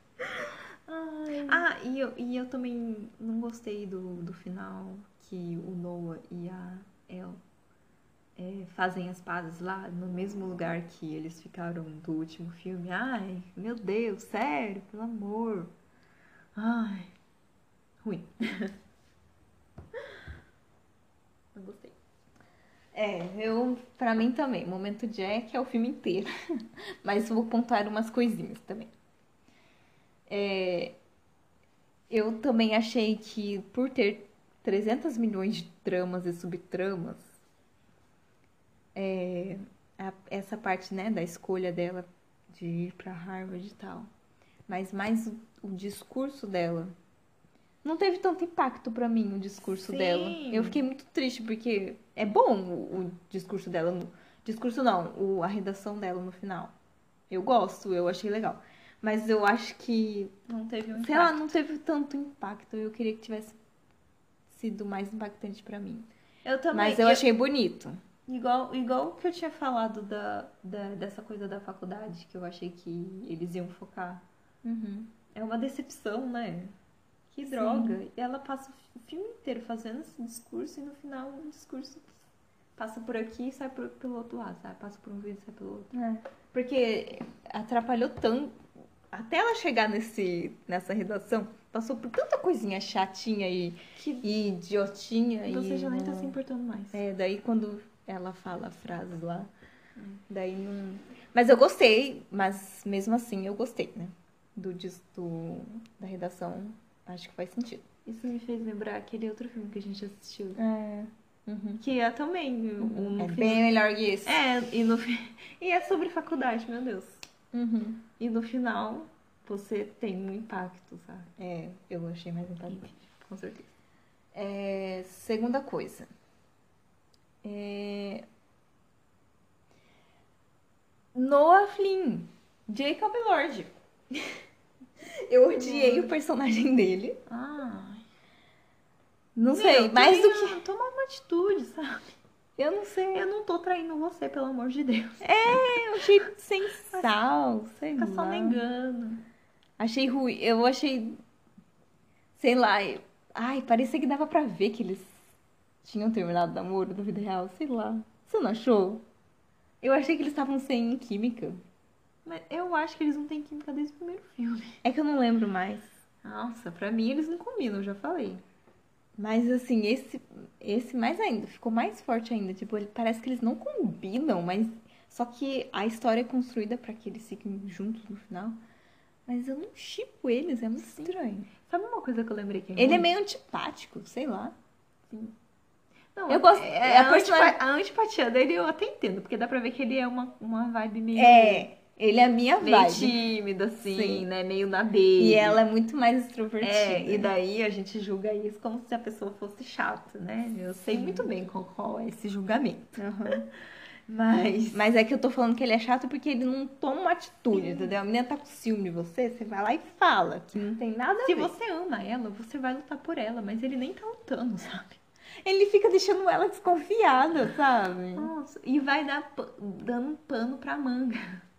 Ah, e eu, e eu também não gostei do, do final que o Noah e a El é, fazem as pazes lá no mesmo lugar que eles ficaram do último filme. Ai, meu Deus, sério, pelo amor. Ai, ruim. Não gostei. É, eu, pra mim também, o momento Jack é o filme inteiro. Mas vou pontuar umas coisinhas também. É, eu também achei que por ter trezentos milhões de tramas e subtramas, é, a- essa parte, né, da escolha dela de ir pra Harvard e tal, mas mais o, o discurso dela. Não teve tanto impacto pra mim o discurso Sim. dela. Eu fiquei muito triste porque é bom o, o discurso dela. No, discurso não, o, a redação dela no final. Eu gosto, eu achei legal. Mas eu acho que, Não teve um sei lá, não teve tanto impacto. Eu queria que tivesse sido mais impactante pra mim. Eu também. Mas eu achei bonito. Igual, igual que eu tinha falado da, da, dessa coisa da faculdade, que eu achei que eles iam focar. Uhum. É uma decepção, né? Que droga. E ela passa o filme inteiro fazendo esse discurso e no final o discurso passa por aqui e sai por- pelo outro lado, sabe? Passa por um vídeo e sai pelo outro. É. Porque atrapalhou tanto. Até ela chegar nesse, nessa redação, passou por tanta coisinha chatinha e, Que e idiotinha. você e já nem tá não- se importando mais. É, daí quando ela fala frases lá, daí não. Mas eu gostei, mas mesmo assim eu gostei, né? Do, dis- do da redação, acho que faz sentido. Isso me fez lembrar aquele outro filme que a gente assistiu. É. Uhum. Que é também o, o- no É final- bem melhor que isso. É, e, no, fi- e é sobre faculdade, meu Deus. Uhum. E no final você tem um impacto, sabe? É, eu achei mais impactante. Com certeza. É, segunda coisa. É... Noah Flynn, Jacob Lord. Eu odiei o personagem dele. Ah, Não sei, mais do que. Tomar uma atitude, sabe? Eu não sei. Eu não tô traindo você, pelo amor de Deus. É, eu achei sem sal, sei Fica lá. só negando. Achei ruim. Eu achei. Sei lá. eu- Ai, parecia que dava pra ver que eles tinham terminado o namoro na vida real. Sei lá. Você não achou? Eu achei que eles estavam sem química. Mas eu acho que eles não têm química desde o primeiro filme. É que eu não lembro mais. Nossa, pra mim eles não combinam, eu já falei. Mas assim, esse, esse mais ainda, ficou mais forte ainda. Tipo, ele, parece que eles não combinam, mas. Só que a história é construída pra que eles fiquem juntos no final. Mas eu não shippo eles, é muito estranho. Sabe uma coisa que eu lembrei que é Ele é ruim? meio antipático, sei lá. Não, Eu gosto- É, a a, personagem- antipa- a antipatia dele eu até entendo, porque dá pra ver que ele é uma, uma vibe meio, É, ele é a minha meio vibe. tímido, assim, Sim. né? Meio na dele. E ela é muito mais extrovertida. É, e daí a gente julga isso como se a pessoa fosse chata, né? Eu sei Sim. muito bem qual, qual é esse julgamento. Aham. Mas. Mas é que eu tô falando que ele é chato porque ele não toma uma atitude, entendeu? A menina tá com ciúme de você, você vai lá e fala que não tem nada a Se ver. você ama ela, você vai lutar por ela, mas ele nem tá lutando, sabe? Ele fica deixando ela desconfiada, sabe? Nossa, e vai dar, pa- dando um pano pra manga.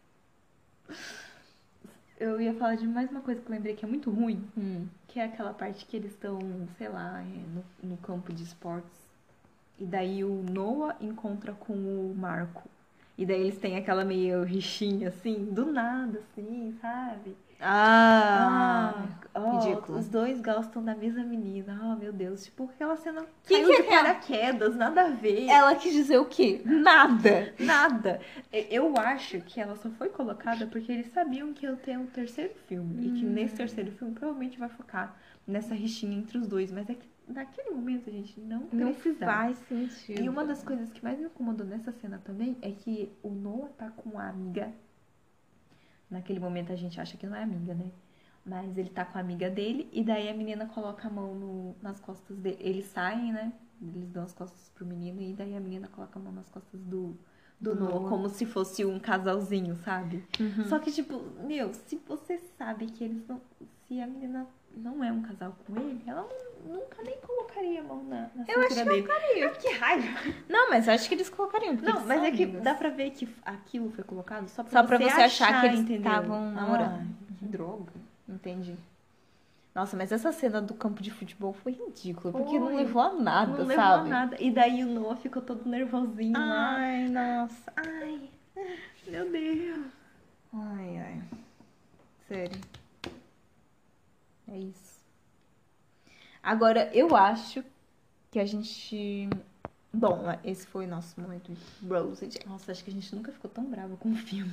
Eu ia falar de mais uma coisa que eu lembrei que é muito ruim, Hum. que é aquela parte que eles estão, sei lá, é, no, no campo de esportes. E daí o Noah encontra com o Marco. E daí eles têm aquela meio rixinha, assim, do nada, assim, sabe? Ah, ó, ridículo. Os dois gostam da mesma menina. Oh, meu Deus. Tipo, aquela cena Que caiu que de é aquela- paraquedas, nada a ver. Ela quis dizer o quê? Nada. Nada. Eu acho que ela só foi colocada porque eles sabiam que ia ter um terceiro filme. E que nesse terceiro filme provavelmente vai focar nessa rixinha entre os dois. Mas é que naquele momento, gente, não, Não precisava. faz sentido. E uma das coisas que mais me incomodou nessa cena também é que o Noah tá com a amiga. Naquele momento a gente acha que não é amiga, né? Mas ele tá com a amiga dele e daí a menina coloca a mão no- nas costas dele. Eles saem, né? Eles dão as costas pro menino e daí a menina coloca a mão nas costas do, do Do Noah, Noah. como se fosse um casalzinho, sabe? Uhum. Só que, tipo, meu, se você sabe que eles não. Se a menina não é um casal com ele, ela não- nunca nem colocaria a mão na, na Eu acho cintura que dele. Colocaria. Que raiva! Não, mas eu acho que eles colocariam. porque Não, eles mas são é que amigos. dá pra ver que aquilo foi colocado só pra, Só pra você achar que eles entendeu? estavam namorando. Ai, que droga. Entendi. Nossa, mas essa cena do campo de futebol foi ridícula, porque não Foi. levou a nada, Não levou sabe? a nada. E daí o Noah ficou todo nervosinho lá. Ai, nossa. Ai, meu Deus. Ai, ai. Sério. É isso. Agora, eu acho que a gente... Bom, esse foi o nosso momento Rose. Nossa, acho que a gente nunca ficou tão brava com o filme.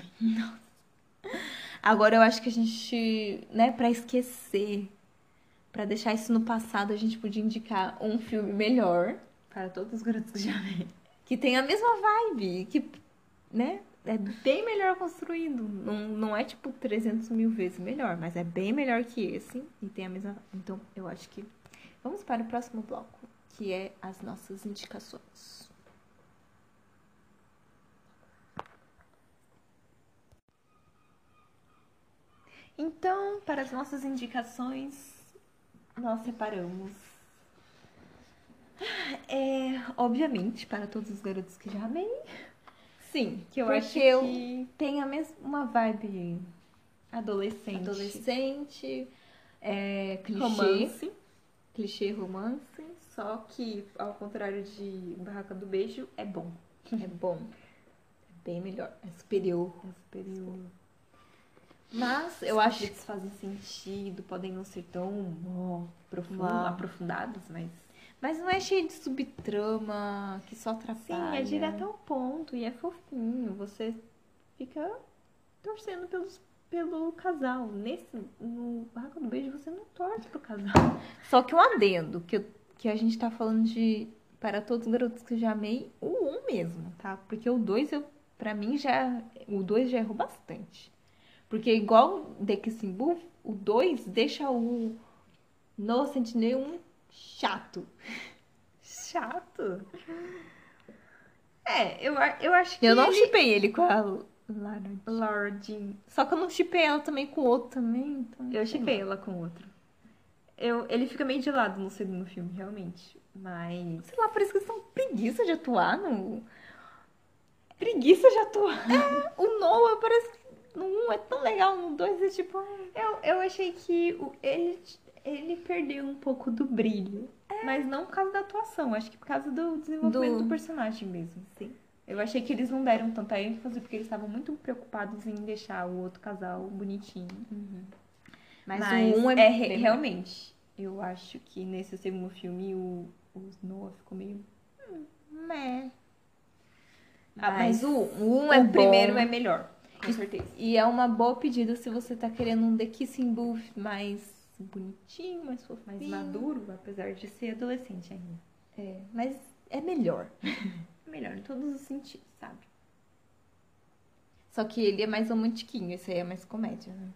Agora eu acho que a gente, né, pra esquecer, pra deixar isso no passado, a gente podia indicar um filme melhor, Para todos os garotos que já vi. que tem a mesma vibe, que, né, é bem melhor construído. Não, não é tipo trezentos mil vezes melhor, mas é bem melhor que esse e tem a mesma. Então eu acho que. Vamos para o próximo bloco, que é as nossas indicações. Então, para as nossas indicações, nós separamos. É, obviamente, para todos os garotos que já amei. Sim, Que eu porque acho eu que tem a mesma vibe adolescente. adolescente, é, clichê, Romance. clichê romance, Só que, ao contrário de Barraca do Beijo, é bom. é bom, é bem melhor, é superior. É superior. Mas eu Eu acho acho que fazem sentido, podem não ser tão ó, profundo- Uau. aprofundados, mas. Mas não é cheio de subtrama que só Sim, atrapalha. é direto ao ponto e é fofinho. Você fica torcendo pelos, pelo casal. Nesse, no Barraca do Beijo, você não torce pro casal. Só que um adendo, que, eu- que a gente tá falando de Para Todos os Garotos que eu já amei, o um mesmo, tá? Porque o dois, eu, pra mim, já. O dois já errou bastante. Porque igual The Kissing Booth, o dois deixa o Noah Centineo um chato. Chato. É, eu, a- eu acho que. Eu não ele... shippei ele com a Lara. Laura Jean. Só que eu não shippei ela também com o outro também. Então, Eu sei chipei lá. ela com outro. eu, ele fica meio de lado no segundo filme, realmente. Mas. Sei lá, parece que eles estão preguiça de atuar no... Preguiça de atuar. É, o Noah parece que no um é tão legal, no dois é tipo... Eu, eu achei que o, ele, ele perdeu um pouco do brilho. Mas não por causa da atuação, acho que por causa do desenvolvimento Do- do, personagem mesmo. Sim. Eu achei que eles não deram tanta ênfase porque eles estavam muito preocupados em deixar o outro casal bonitinho. Mas, Mas o um é, é, re- bem- realmente, eu acho que nesse segundo filme o, o Noah ficou meio... Meh. Ah, Mas mas o um é o bom. primeiro é melhor, com certeza. E é uma boa pedida se você tá querendo um The Kissing Booth mais bonitinho, mais fofinho. Mais maduro, apesar de ser adolescente ainda. É, mas é melhor. Melhor em todos os sentidos, sabe? Só que ele é mais romantiquinho, esse aí é mais comédia, né?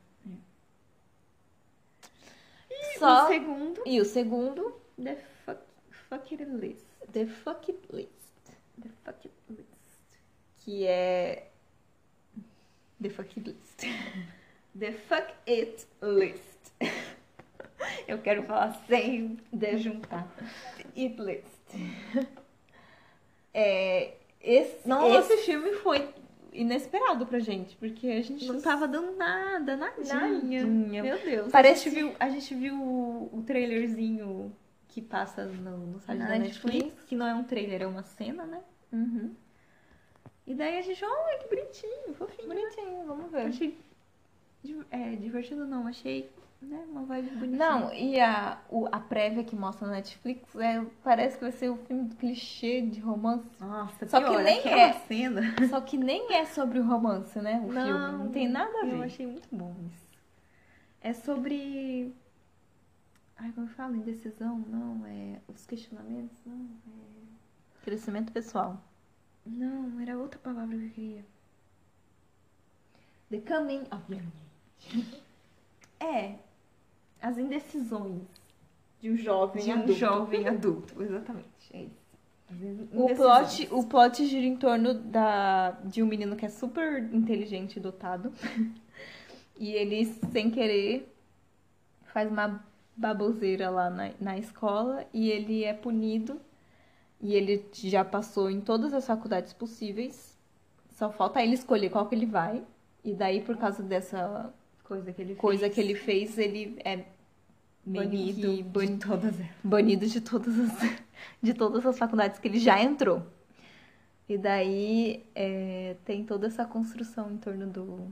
E Só... o segundo, E o segundo, The Fuck, fuck It List. The Fuck It List, The Fuck It List. que é... The Fuck It List. The Fuck It List. Eu quero falar sem de juntar. It List. É... Esse, Nossa. esse filme foi inesperado pra gente, porque a gente Não tava dando nada, nadinha. Nadinha. Meu Deus. Parece- A gente viu, a gente viu o, o trailerzinho que passa no, no site Na da Netflix. Netflix, que não é um trailer, é uma cena, né? Uhum. E daí a gente, olha que bonitinho, fofinho. Bonitinho, vamos Eu ver. achei di- é, divertido não, achei, né, uma vibe bonitinha. Não, e a, o, a prévia que mostra na Netflix é, parece que vai ser o filme do clichê de romance. Nossa, Só que pior, nem aquela é. cena. Só que nem é sobre o romance, né? O filme. Não tem nada a ver. Eu achei muito bom isso. É sobre... Ai, como eu falo? Indecisão? Não, é... Os questionamentos? Não, é... Crescimento pessoal. Não, era outra palavra que eu queria. The Coming of Age. É, as indecisões De um jovem de um adulto. jovem adulto. Exatamente, é isso. As O indecisões. plot, o plot gira em torno da, de um menino que é super inteligente e dotado. E ele, sem querer, faz uma baboseira lá na, na escola e ele é punido. E ele já passou em todas as faculdades possíveis. Só falta ele escolher qual que ele vai. E daí, por causa dessa Coisa que ele coisa fez. que ele fez, ele é meio Banido que de ban- todas elas. banido de todas as, de todas as faculdades que ele já entrou. E daí é, tem toda essa construção em torno do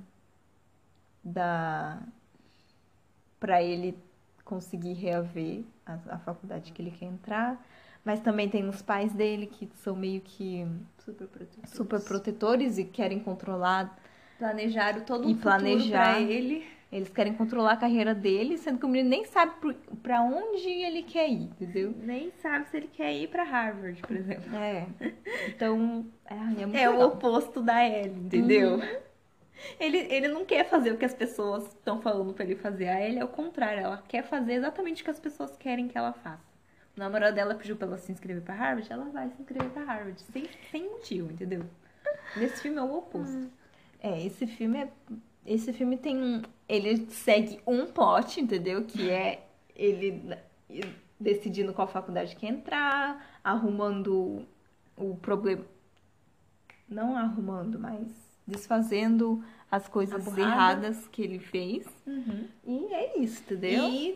da para ele conseguir reaver a, a faculdade que ele quer entrar, mas também tem os pais dele que são meio que Super protetor. super protetores e querem controlar, Planejaram todo um E futuro planejar. pra ele. eles querem controlar a carreira dele, sendo que o menino nem sabe pro- pra onde ele quer ir, entendeu? Nem sabe se ele quer ir pra Harvard, por exemplo. É. Então, é, é muito É o legal. oposto da Ellie, entendeu? Ele, ele não quer fazer o que as pessoas estão falando pra ele fazer. A Ellie é o contrário, ela quer fazer exatamente o que as pessoas querem que ela faça. O namorado dela pediu pra ela se inscrever pra Harvard, ela vai se inscrever pra Harvard, sem, sem motivo, entendeu? Nesse filme é o oposto. É, esse filme é. Esse filme tem um. Ele segue um plot, entendeu? Que é ele decidindo qual faculdade quer entrar, arrumando o problema. Não arrumando, mas desfazendo as coisas A burrada. erradas que ele fez. Uhum. E é isso, entendeu? E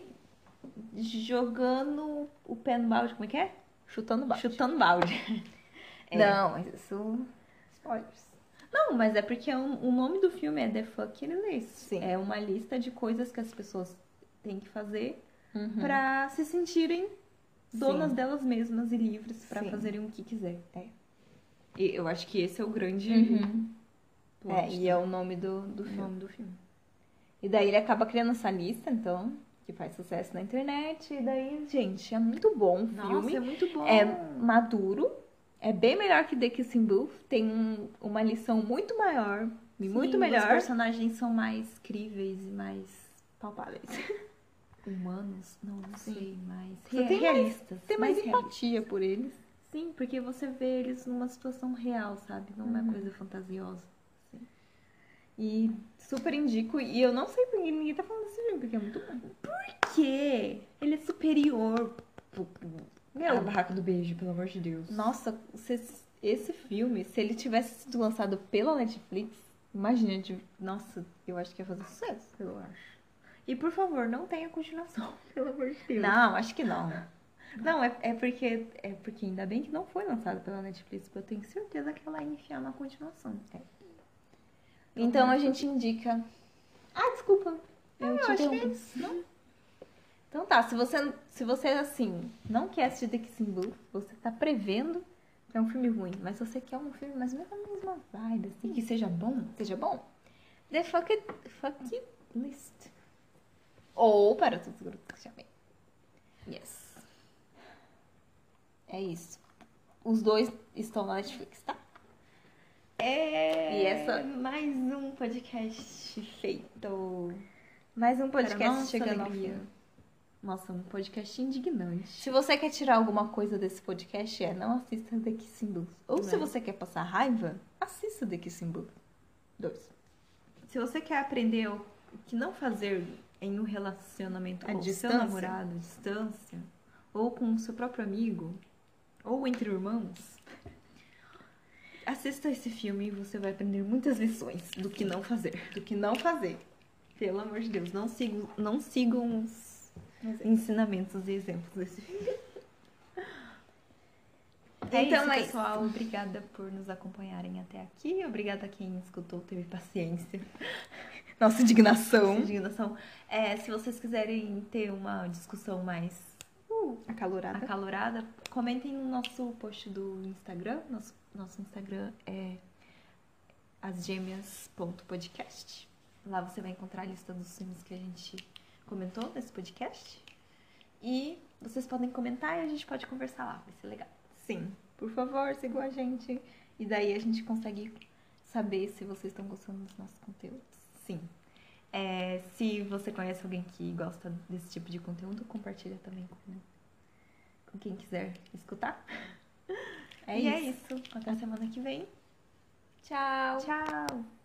jogando o pé no balde, como é que é? chutando balde. Chutando balde. É. Não, mas isso. Spoilers. Não, mas é porque o, o nome do filme é The Fuck It List. Sim. É uma lista de coisas que as pessoas têm que fazer Uhum. pra se sentirem donas Sim. delas mesmas e livres pra Sim. fazerem o que quiser. É. E eu acho que esse é o grande Uhum. plot É, e é o nome do, do do filme. nome do filme. E daí ele acaba criando essa lista, então, que faz sucesso na internet. E daí, gente, é muito bom o filme. é muito bom. É maduro. É bem melhor que The Kissing Booth. Tem um- uma lição muito maior e muito Sim, melhor. Os personagens são mais críveis e mais palpáveis. Humanos? Não, não Sim. sei, mais Você re- tem mais- realistas. Tem mais realistas. empatia por eles. Sim, porque você vê eles numa situação real, sabe? Não é Uhum. uma coisa fantasiosa. E super indico. E eu não sei por que ninguém tá falando desse filme, porque é muito bom. Por quê? Ele é superior. Meu, A Barraca do Beijo, pelo amor de Deus. nossa, se- esse filme, se ele tivesse sido lançado pela Netflix, imagina, de- nossa, eu acho que ia fazer sucesso. Eu acho. E por favor, não tenha continuação, pelo amor de Deus. Não, acho que não. Não, é, é porque é porque ainda bem que não foi lançado pela Netflix, porque eu tenho certeza que ela ia enfiar uma continuação. É. Então a gente indica. Ah, desculpa. Eu eu te acho que é interrompi. isso. Não? Então tá, se você, se você assim, não quer assistir The Kissing Booth, você tá prevendo que é um filme ruim, mas você quer um filme mais ou menos a mesma vibe, assim, que seja bom, seja bom, The Fuck It, Fuck It List. Ou Para Todos os Garotos que Chamei. Yes. É isso. Os dois estão na Netflix, tá? É E essa- mais um podcast feito. Mais um Para podcast nossa chegando ao alegria. fim. Nossa, um podcast indignante. Se você quer tirar alguma coisa desse podcast, é não assista The Kissing Booth. Ou se Não. você quer passar raiva, assista The Kissing Booth. Dois. Se você quer aprender o que não fazer em um relacionamento À com o seu distância. namorado, à distância, ou com o seu próprio amigo, ou entre irmãos, assista esse filme e você vai aprender muitas lições do que não fazer. Do que não fazer. Pelo amor de Deus, não sigam, não sigam os ensinamentos e exemplos desse filme. É Então isso, é pessoal. Obrigada por nos acompanharem até aqui. Obrigada a quem escutou, teve paciência. Nossa indignação. Indignação. É, se vocês quiserem ter uma discussão mais uh, Acalorada. acalorada, comentem no nosso post do Instagram. Nosso, nosso Instagram é asgêmeas ponto podcast. Lá você vai encontrar a lista dos filmes que a gente comentou nesse podcast. E vocês podem comentar e a gente pode conversar lá. Vai ser legal. Sim. Por favor, sigam a gente. E daí a gente consegue saber se vocês estão gostando dos nossos conteúdos. Sim. É, se você conhece alguém que gosta desse tipo de conteúdo, compartilha também com, com quem quiser escutar. É e isso. é isso. Até a semana que vem. Tchau. Tchau!